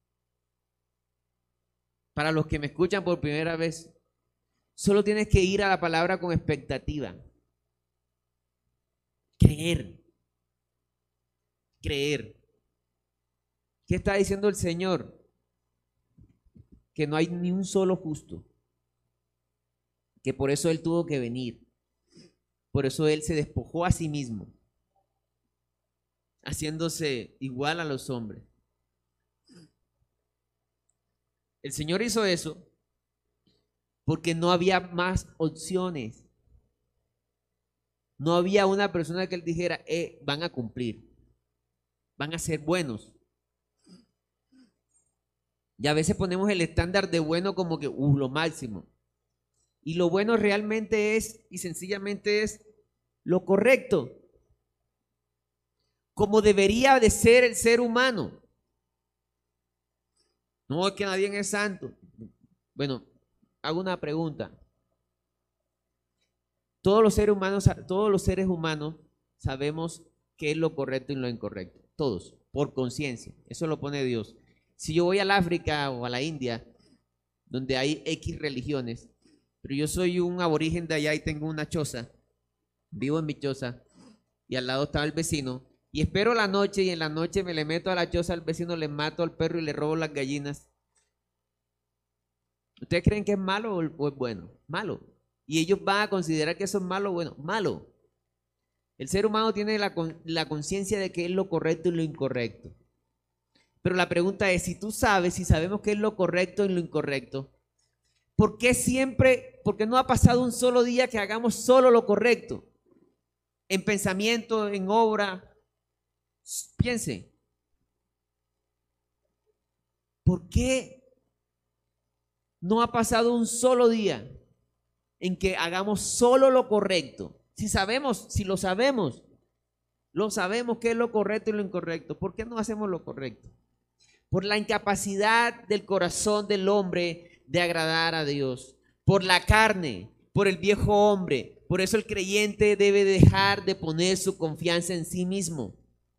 Para los que me escuchan por primera vez, solo tienes que ir a la palabra con expectativa. Creer. Creer. ¿Qué está diciendo el Señor? Que no hay ni un solo justo. Que por eso Él tuvo que venir. Por eso Él se despojó a sí mismo, haciéndose igual a los hombres. El Señor hizo eso porque no había más opciones. No había una persona que Él dijera, eh, van a cumplir, van a ser buenos. Y a veces ponemos el estándar de bueno como que, uh, lo máximo. Y lo bueno realmente es, y sencillamente es, lo correcto. Como debería de ser el ser humano. No es que nadie es santo. Bueno, hago una pregunta. Todos los seres humanos, todos los seres humanos sabemos qué es lo correcto y lo incorrecto. Todos, por conciencia. Eso lo pone Dios. Si yo voy al África o a la India, donde hay X religiones, pero yo soy un aborigen de allá y tengo una choza, vivo en mi choza, y al lado estaba el vecino, y espero la noche, y en la noche me le meto a la choza al vecino, le mato al perro y le robo las gallinas. ¿Ustedes creen que es malo o es bueno? Malo. Y ellos van a considerar que eso es malo o bueno. Malo. El ser humano tiene la, la conciencia de qué es lo correcto y lo incorrecto. Pero la pregunta es, si tú sabes, si sabemos qué es lo correcto y lo incorrecto, ¿por qué siempre, por qué no ha pasado un solo día que hagamos solo lo correcto? En pensamiento, en obra. Piense. ¿Por qué no ha pasado un solo día en que hagamos solo lo correcto? Si sabemos, si lo sabemos, lo sabemos qué es lo correcto y lo incorrecto. ¿Por qué no hacemos lo correcto? Por la incapacidad del corazón del hombre de agradar a Dios. Por la carne, por el viejo hombre. Por eso el creyente debe dejar de poner su confianza en sí mismo.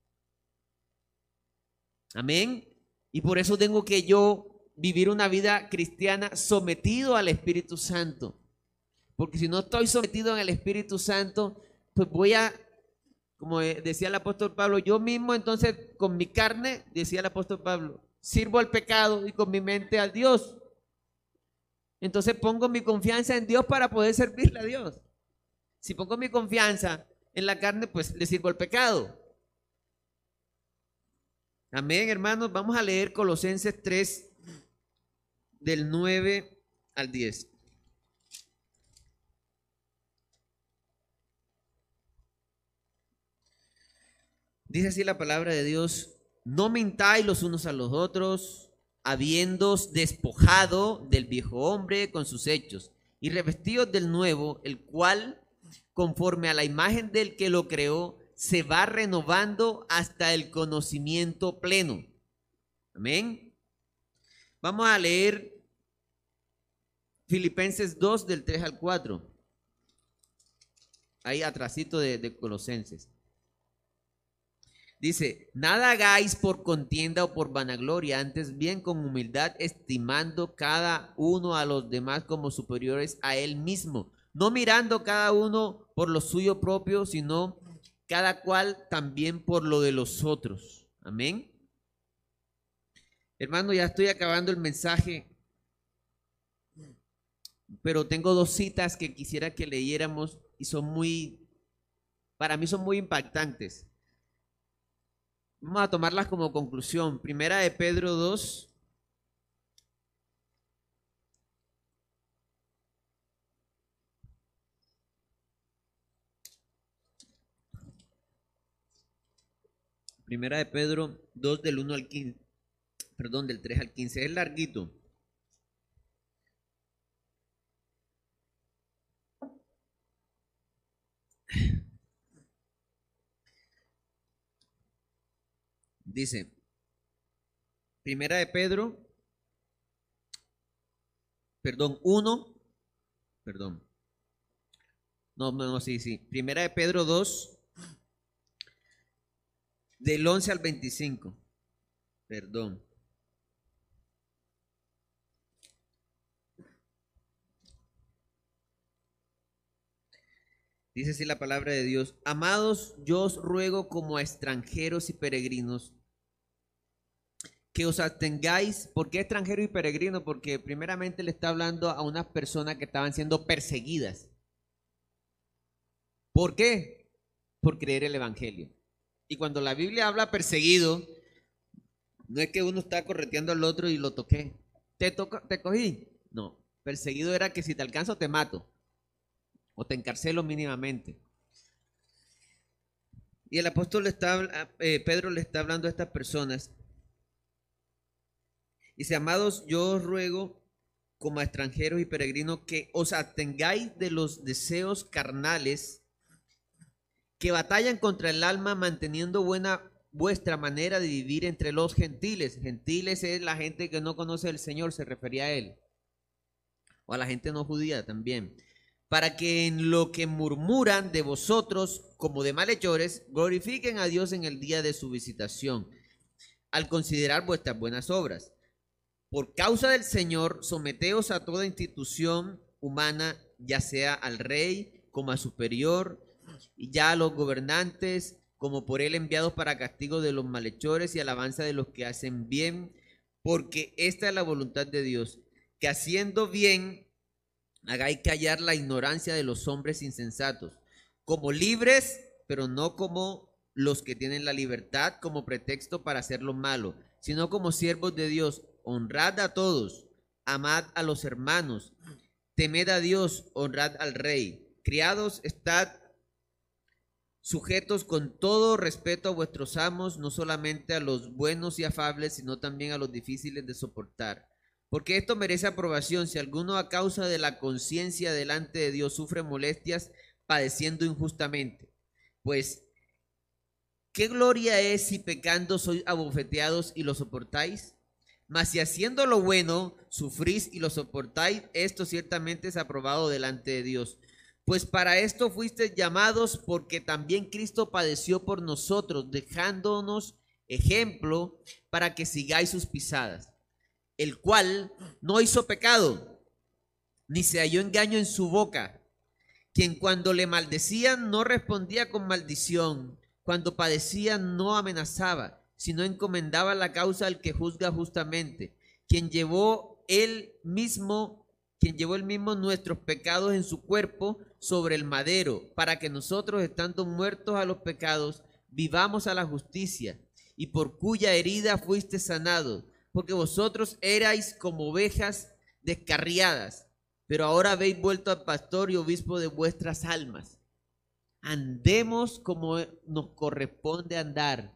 Amén. Y por eso tengo que yo vivir una vida cristiana sometido al Espíritu Santo. Porque si no estoy sometido al Espíritu Santo, pues voy a, como decía el apóstol Pablo, yo mismo entonces con mi carne, decía el apóstol Pablo, sirvo al pecado y con mi mente al Dios. Entonces pongo mi confianza en Dios para poder servirle a Dios. Si pongo mi confianza en la carne, pues le sirvo al pecado. Amén, hermanos. Vamos a leer Colosenses tres, del nueve al diez. Dice así la palabra de Dios: no mintáis los unos a los otros, habiéndoos despojado del viejo hombre con sus hechos, y revestidos del nuevo, el cual, conforme a la imagen del que lo creó, se va renovando hasta el conocimiento pleno. Amén. Vamos a leer Filipenses dos, del tres al cuatro. Ahí atrasito de, de Colosenses. Dice, nada hagáis por contienda o por vanagloria, antes bien con humildad, estimando cada uno a los demás como superiores a él mismo, no mirando cada uno por lo suyo propio, sino cada cual también por lo de los otros. Amén. Hermano, ya estoy acabando el mensaje, pero tengo dos citas que quisiera que leyéramos y son muy, para mí son muy impactantes. Vamos a tomarlas como conclusión. Primera de Pedro dos. Primera de Pedro dos del uno al quince, perdón, del tres al quince, es larguito. Dice, Primera de Pedro, perdón, uno, perdón, no, no, no, sí, sí, Primera de Pedro dos, del once al veinticinco, perdón. Dice así la palabra de Dios: amados, yo os ruego como a extranjeros y peregrinos, que os abstengáis. ¿Por qué extranjero y peregrino? Porque primeramente le está hablando a unas personas que estaban siendo perseguidas. ¿Por qué? Por creer el evangelio. Y cuando la Biblia habla perseguido, no es que uno está correteando al otro y lo toqué. ¿Te, toco, te cogí? No. Perseguido era que si te alcanzo te mato o te encarcelo mínimamente. Y el apóstol le está, eh, Pedro le está hablando a estas personas. Dice, amados, yo os ruego como a extranjeros y peregrinos que os abstengáis de los deseos carnales que batallan contra el alma, manteniendo buena vuestra manera de vivir entre los gentiles. Gentiles es la gente que no conoce al Señor, se refería a él. O a la gente no judía también. Para que en lo que murmuran de vosotros como de malhechores, glorifiquen a Dios en el día de su visitación, al considerar vuestras buenas obras. Por causa del Señor, someteos a toda institución humana, ya sea al rey como a superior, y ya a los gobernantes, como por él enviados para castigo de los malhechores y alabanza de los que hacen bien, porque esta es la voluntad de Dios, que haciendo bien hagáis callar la ignorancia de los hombres insensatos, como libres, pero no como los que tienen la libertad como pretexto para hacer lo malo, sino como siervos de Dios. Honrad a todos, amad a los hermanos, temed a Dios, honrad al rey. Criados, estad sujetos con todo respeto a vuestros amos, no solamente a los buenos y afables, sino también a los difíciles de soportar. Porque esto merece aprobación si alguno a causa de la conciencia delante de Dios sufre molestias padeciendo injustamente. Pues, ¿qué gloria es si pecando sois abofeteados y lo soportáis? Mas si haciendo lo bueno sufrís y lo soportáis, esto ciertamente es aprobado delante de Dios. Pues para esto fuisteis llamados, porque también Cristo padeció por nosotros, dejándonos ejemplo para que sigáis sus pisadas, el cual no hizo pecado, ni se halló engaño en su boca, quien cuando le maldecían no respondía con maldición, cuando padecía no amenazaba, sino encomendaba la causa al que juzga justamente, quien llevó él mismo, quien llevó él mismo nuestros pecados en su cuerpo sobre el madero, para que nosotros, estando muertos a los pecados, vivamos a la justicia, y por cuya herida fuiste sanados, porque vosotros erais como ovejas descarriadas, pero ahora habéis vuelto al pastor y obispo de vuestras almas. Andemos como nos corresponde andar,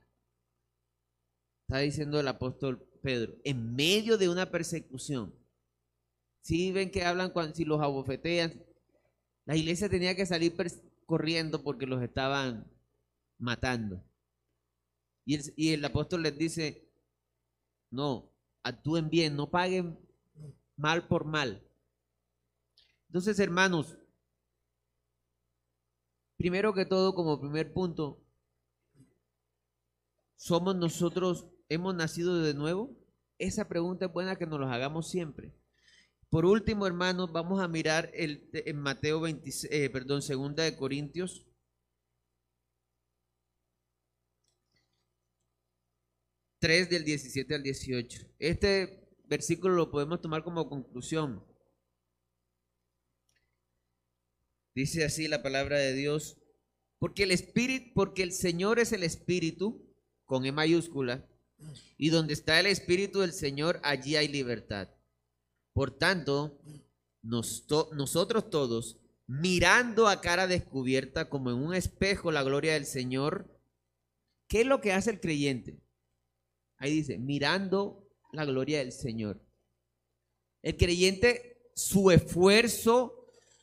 está diciendo el apóstol Pedro, en medio de una persecución. Si ven que hablan cuando si los abofetean, la iglesia tenía que salir corriendo porque los estaban matando. Y el, y el apóstol les dice, no, actúen bien, no paguen mal por mal. Entonces, hermanos, primero que todo, como primer punto, ¿somos nosotros, hemos nacido de nuevo? Esa pregunta es buena que nos la hagamos siempre. Por último, hermanos, vamos a mirar el, en Mateo veintiséis, eh, perdón, segunda de Corintios. tres del diecisiete al dieciocho. Este versículo lo podemos tomar como conclusión. Dice así la palabra de Dios: porque el espíritu, porque el Señor es el espíritu, con E mayúscula, y donde está el espíritu del Señor, allí hay libertad. Por tanto, nos to, nosotros todos, mirando a cara descubierta como en un espejo la gloria del Señor, ¿Qué es lo que hace el creyente? Ahí dice, mirando la gloria del Señor. El creyente, su esfuerzo,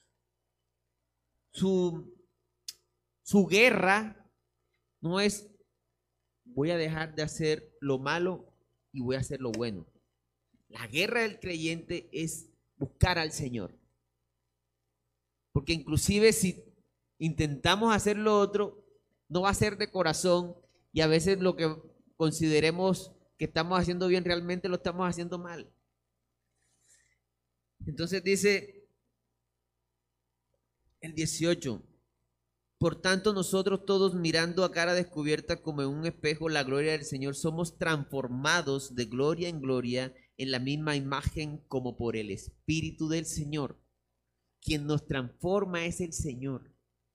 su, su guerra, no es voy a dejar de hacer lo malo y voy a hacer lo bueno. La guerra del creyente es buscar al Señor. Porque inclusive si intentamos hacer lo otro, no va a ser de corazón y a veces lo que consideremos que estamos haciendo bien realmente lo estamos haciendo mal. Entonces dice el dieciocho, por tanto nosotros todos mirando a cara descubierta como en un espejo la gloria del Señor, somos transformados de gloria en gloria en la misma imagen como por el Espíritu del Señor. Quien nos transforma es el Señor.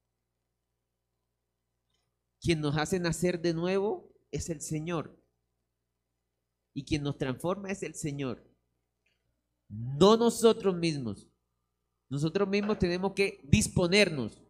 Quien nos hace nacer de nuevo es el Señor. Y quien nos transforma es el Señor. No nosotros mismos. Nosotros mismos tenemos que disponernos.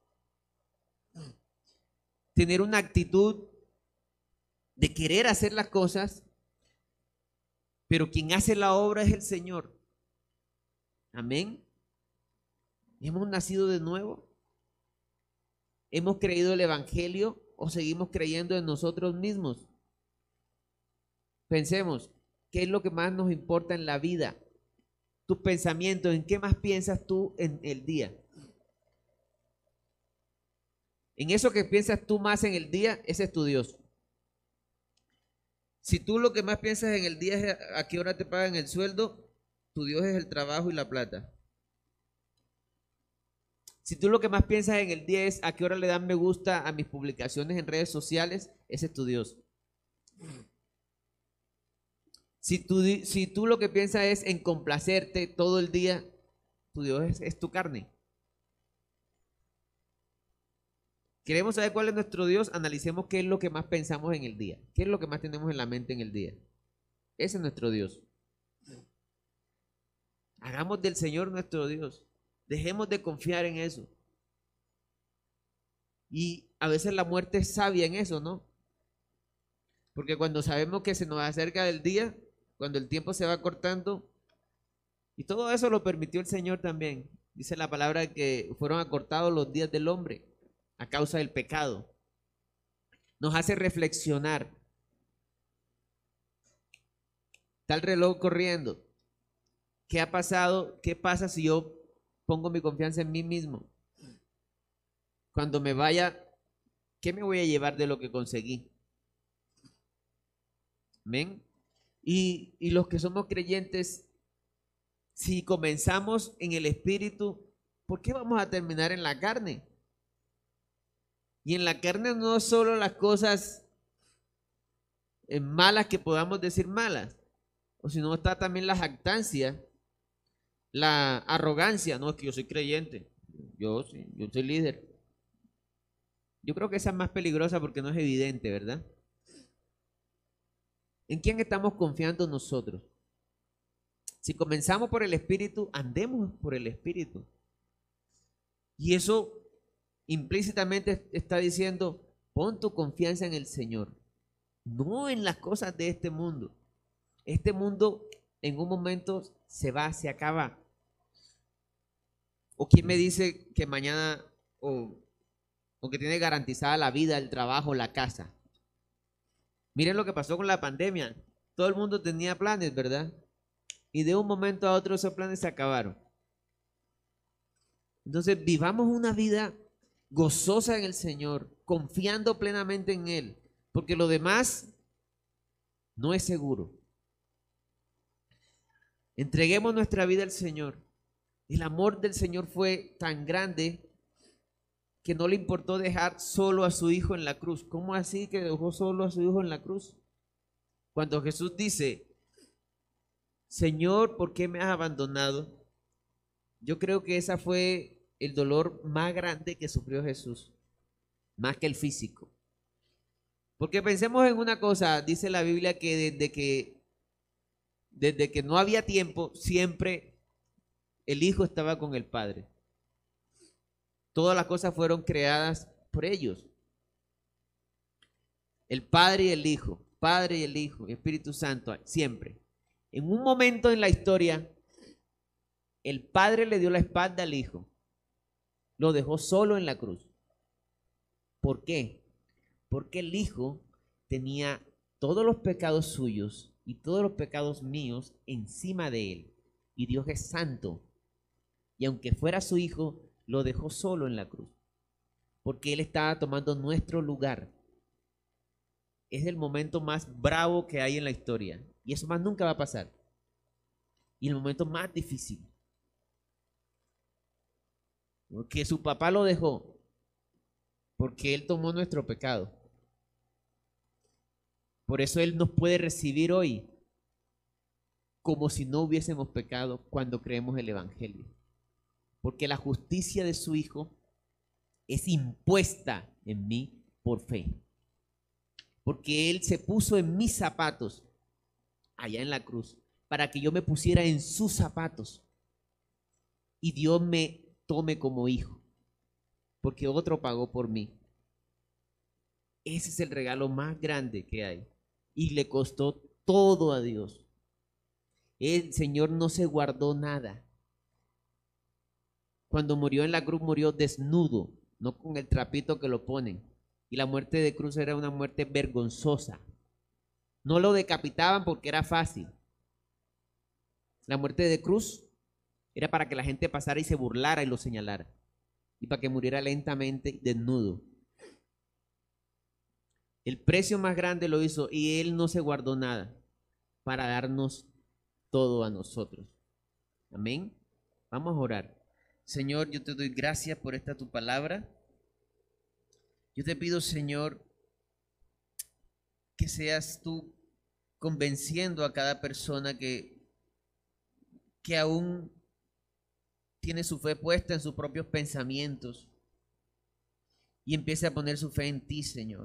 Tener una actitud de querer hacer las cosas, pero quien hace la obra es el Señor. Amén. ¿Hemos nacido de nuevo? ¿Hemos creído el Evangelio o seguimos creyendo en nosotros mismos? Pensemos, ¿qué es lo que más nos importa en la vida? Tus pensamientos, ¿en qué más piensas tú en el día? En eso que piensas tú más en el día, ese es tu Dios. Si tú lo que más piensas en el día es a qué hora te pagan el sueldo, tu Dios es el trabajo y la plata. Si tú lo que más piensas en el día es a qué hora le dan me gusta a mis publicaciones en redes sociales, ese es tu Dios. Si tú, si tú lo que piensas es en complacerte todo el día, tu Dios es, es tu carne. ¿Queremos saber cuál es nuestro Dios? Analicemos qué es lo que más pensamos en el día. ¿Qué es lo que más tenemos en la mente en el día? Ese es nuestro Dios. Hagamos del Señor nuestro Dios. Dejemos de confiar en eso. Y a veces la muerte es sabia en eso, ¿no? Porque cuando sabemos que se nos acerca el día, cuando el tiempo se va cortando, y todo eso lo permitió el Señor también. Dice la palabra que fueron acortados los días del hombre a causa del pecado. Nos hace reflexionar. Está el reloj corriendo. ¿Qué ha pasado? ¿Qué pasa si yo pongo mi confianza en mí mismo? Cuando me vaya, ¿qué me voy a llevar de lo que conseguí? ¿Amén? Y, y los que somos creyentes, si comenzamos en el Espíritu, ¿por qué vamos a terminar en la carne? Y en la carne no solo las cosas malas que podamos decir malas, o si no está también la jactancia, la arrogancia. No, es que yo soy creyente, yo, yo soy líder. Yo creo que esa es más peligrosa porque no es evidente, ¿verdad? ¿En quién estamos confiando nosotros? Si comenzamos por el Espíritu, andemos por el Espíritu. Y eso implícitamente está diciendo, pon tu confianza en el Señor, no en las cosas de este mundo. Este mundo en un momento se va, se acaba. ¿O quién me dice que mañana o, o que tiene garantizada la vida, el trabajo, la casa? Miren lo que pasó con la pandemia. Todo el mundo tenía planes, ¿verdad? Y de un momento a otro esos planes se acabaron. Entonces vivamos una vida gozosa en el Señor, confiando plenamente en Él, porque lo demás no es seguro. Entreguemos nuestra vida al Señor. El amor del Señor fue tan grande que no le importó dejar solo a su hijo en la cruz. ¿Cómo así que dejó solo a su hijo en la cruz? Cuando Jesús dice, Señor, ¿por qué me has abandonado? Yo creo que ese fue el dolor más grande que sufrió Jesús, más que el físico. Porque pensemos en una cosa, dice la Biblia que desde que, desde que no había tiempo, siempre el Hijo estaba con el Padre. Todas las cosas fueron creadas por ellos. El Padre y el Hijo, Padre y el Hijo, y Espíritu Santo, siempre. En un momento en la historia, el Padre le dio la espalda al Hijo, lo dejó solo en la cruz. ¿Por qué? Porque el Hijo tenía todos los pecados suyos y todos los pecados míos encima de él. Y Dios es santo. Y aunque fuera su Hijo, lo dejó solo en la cruz. Porque Él estaba tomando nuestro lugar. Es el momento más bravo que hay en la historia. Y eso más nunca va a pasar. Y el momento más difícil. Porque su papá lo dejó. Porque Él tomó nuestro pecado. Por eso Él nos puede recibir hoy como si no hubiésemos pecado cuando creemos el Evangelio. Porque la justicia de su Hijo es impuesta en mí por fe. Porque Él se puso en mis zapatos allá en la cruz para que yo me pusiera en sus zapatos y Dios me tome como hijo. Porque otro pagó por mí. Ese es el regalo más grande que hay. Y le costó todo a Dios. El Señor no se guardó nada. Cuando murió en la cruz, murió desnudo, no con el trapito que lo ponen. Y la muerte de cruz era una muerte vergonzosa. No lo decapitaban porque era fácil. La muerte de cruz era para que la gente pasara y se burlara y lo señalara. Y para que muriera lentamente, desnudo. El precio más grande lo hizo y Él no se guardó nada para darnos todo a nosotros. Amén. Vamos a orar. Señor, yo te doy gracias por esta tu palabra. Yo te pido, Señor, que seas tú convenciendo a cada persona que, que aún tiene su fe puesta en sus propios pensamientos y empiece a poner su fe en ti, Señor.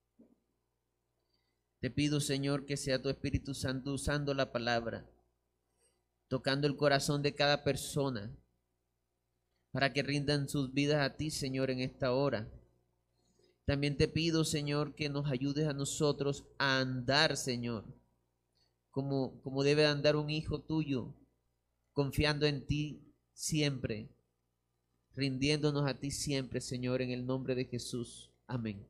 Te pido, Señor, que sea tu Espíritu Santo usando la palabra, tocando el corazón de cada persona, para que rindan sus vidas a ti, Señor, en esta hora. También te pido, Señor, que nos ayudes a nosotros a andar, Señor, como, como debe andar un hijo tuyo, confiando en ti siempre, rindiéndonos a ti siempre, Señor, en el nombre de Jesús. Amén.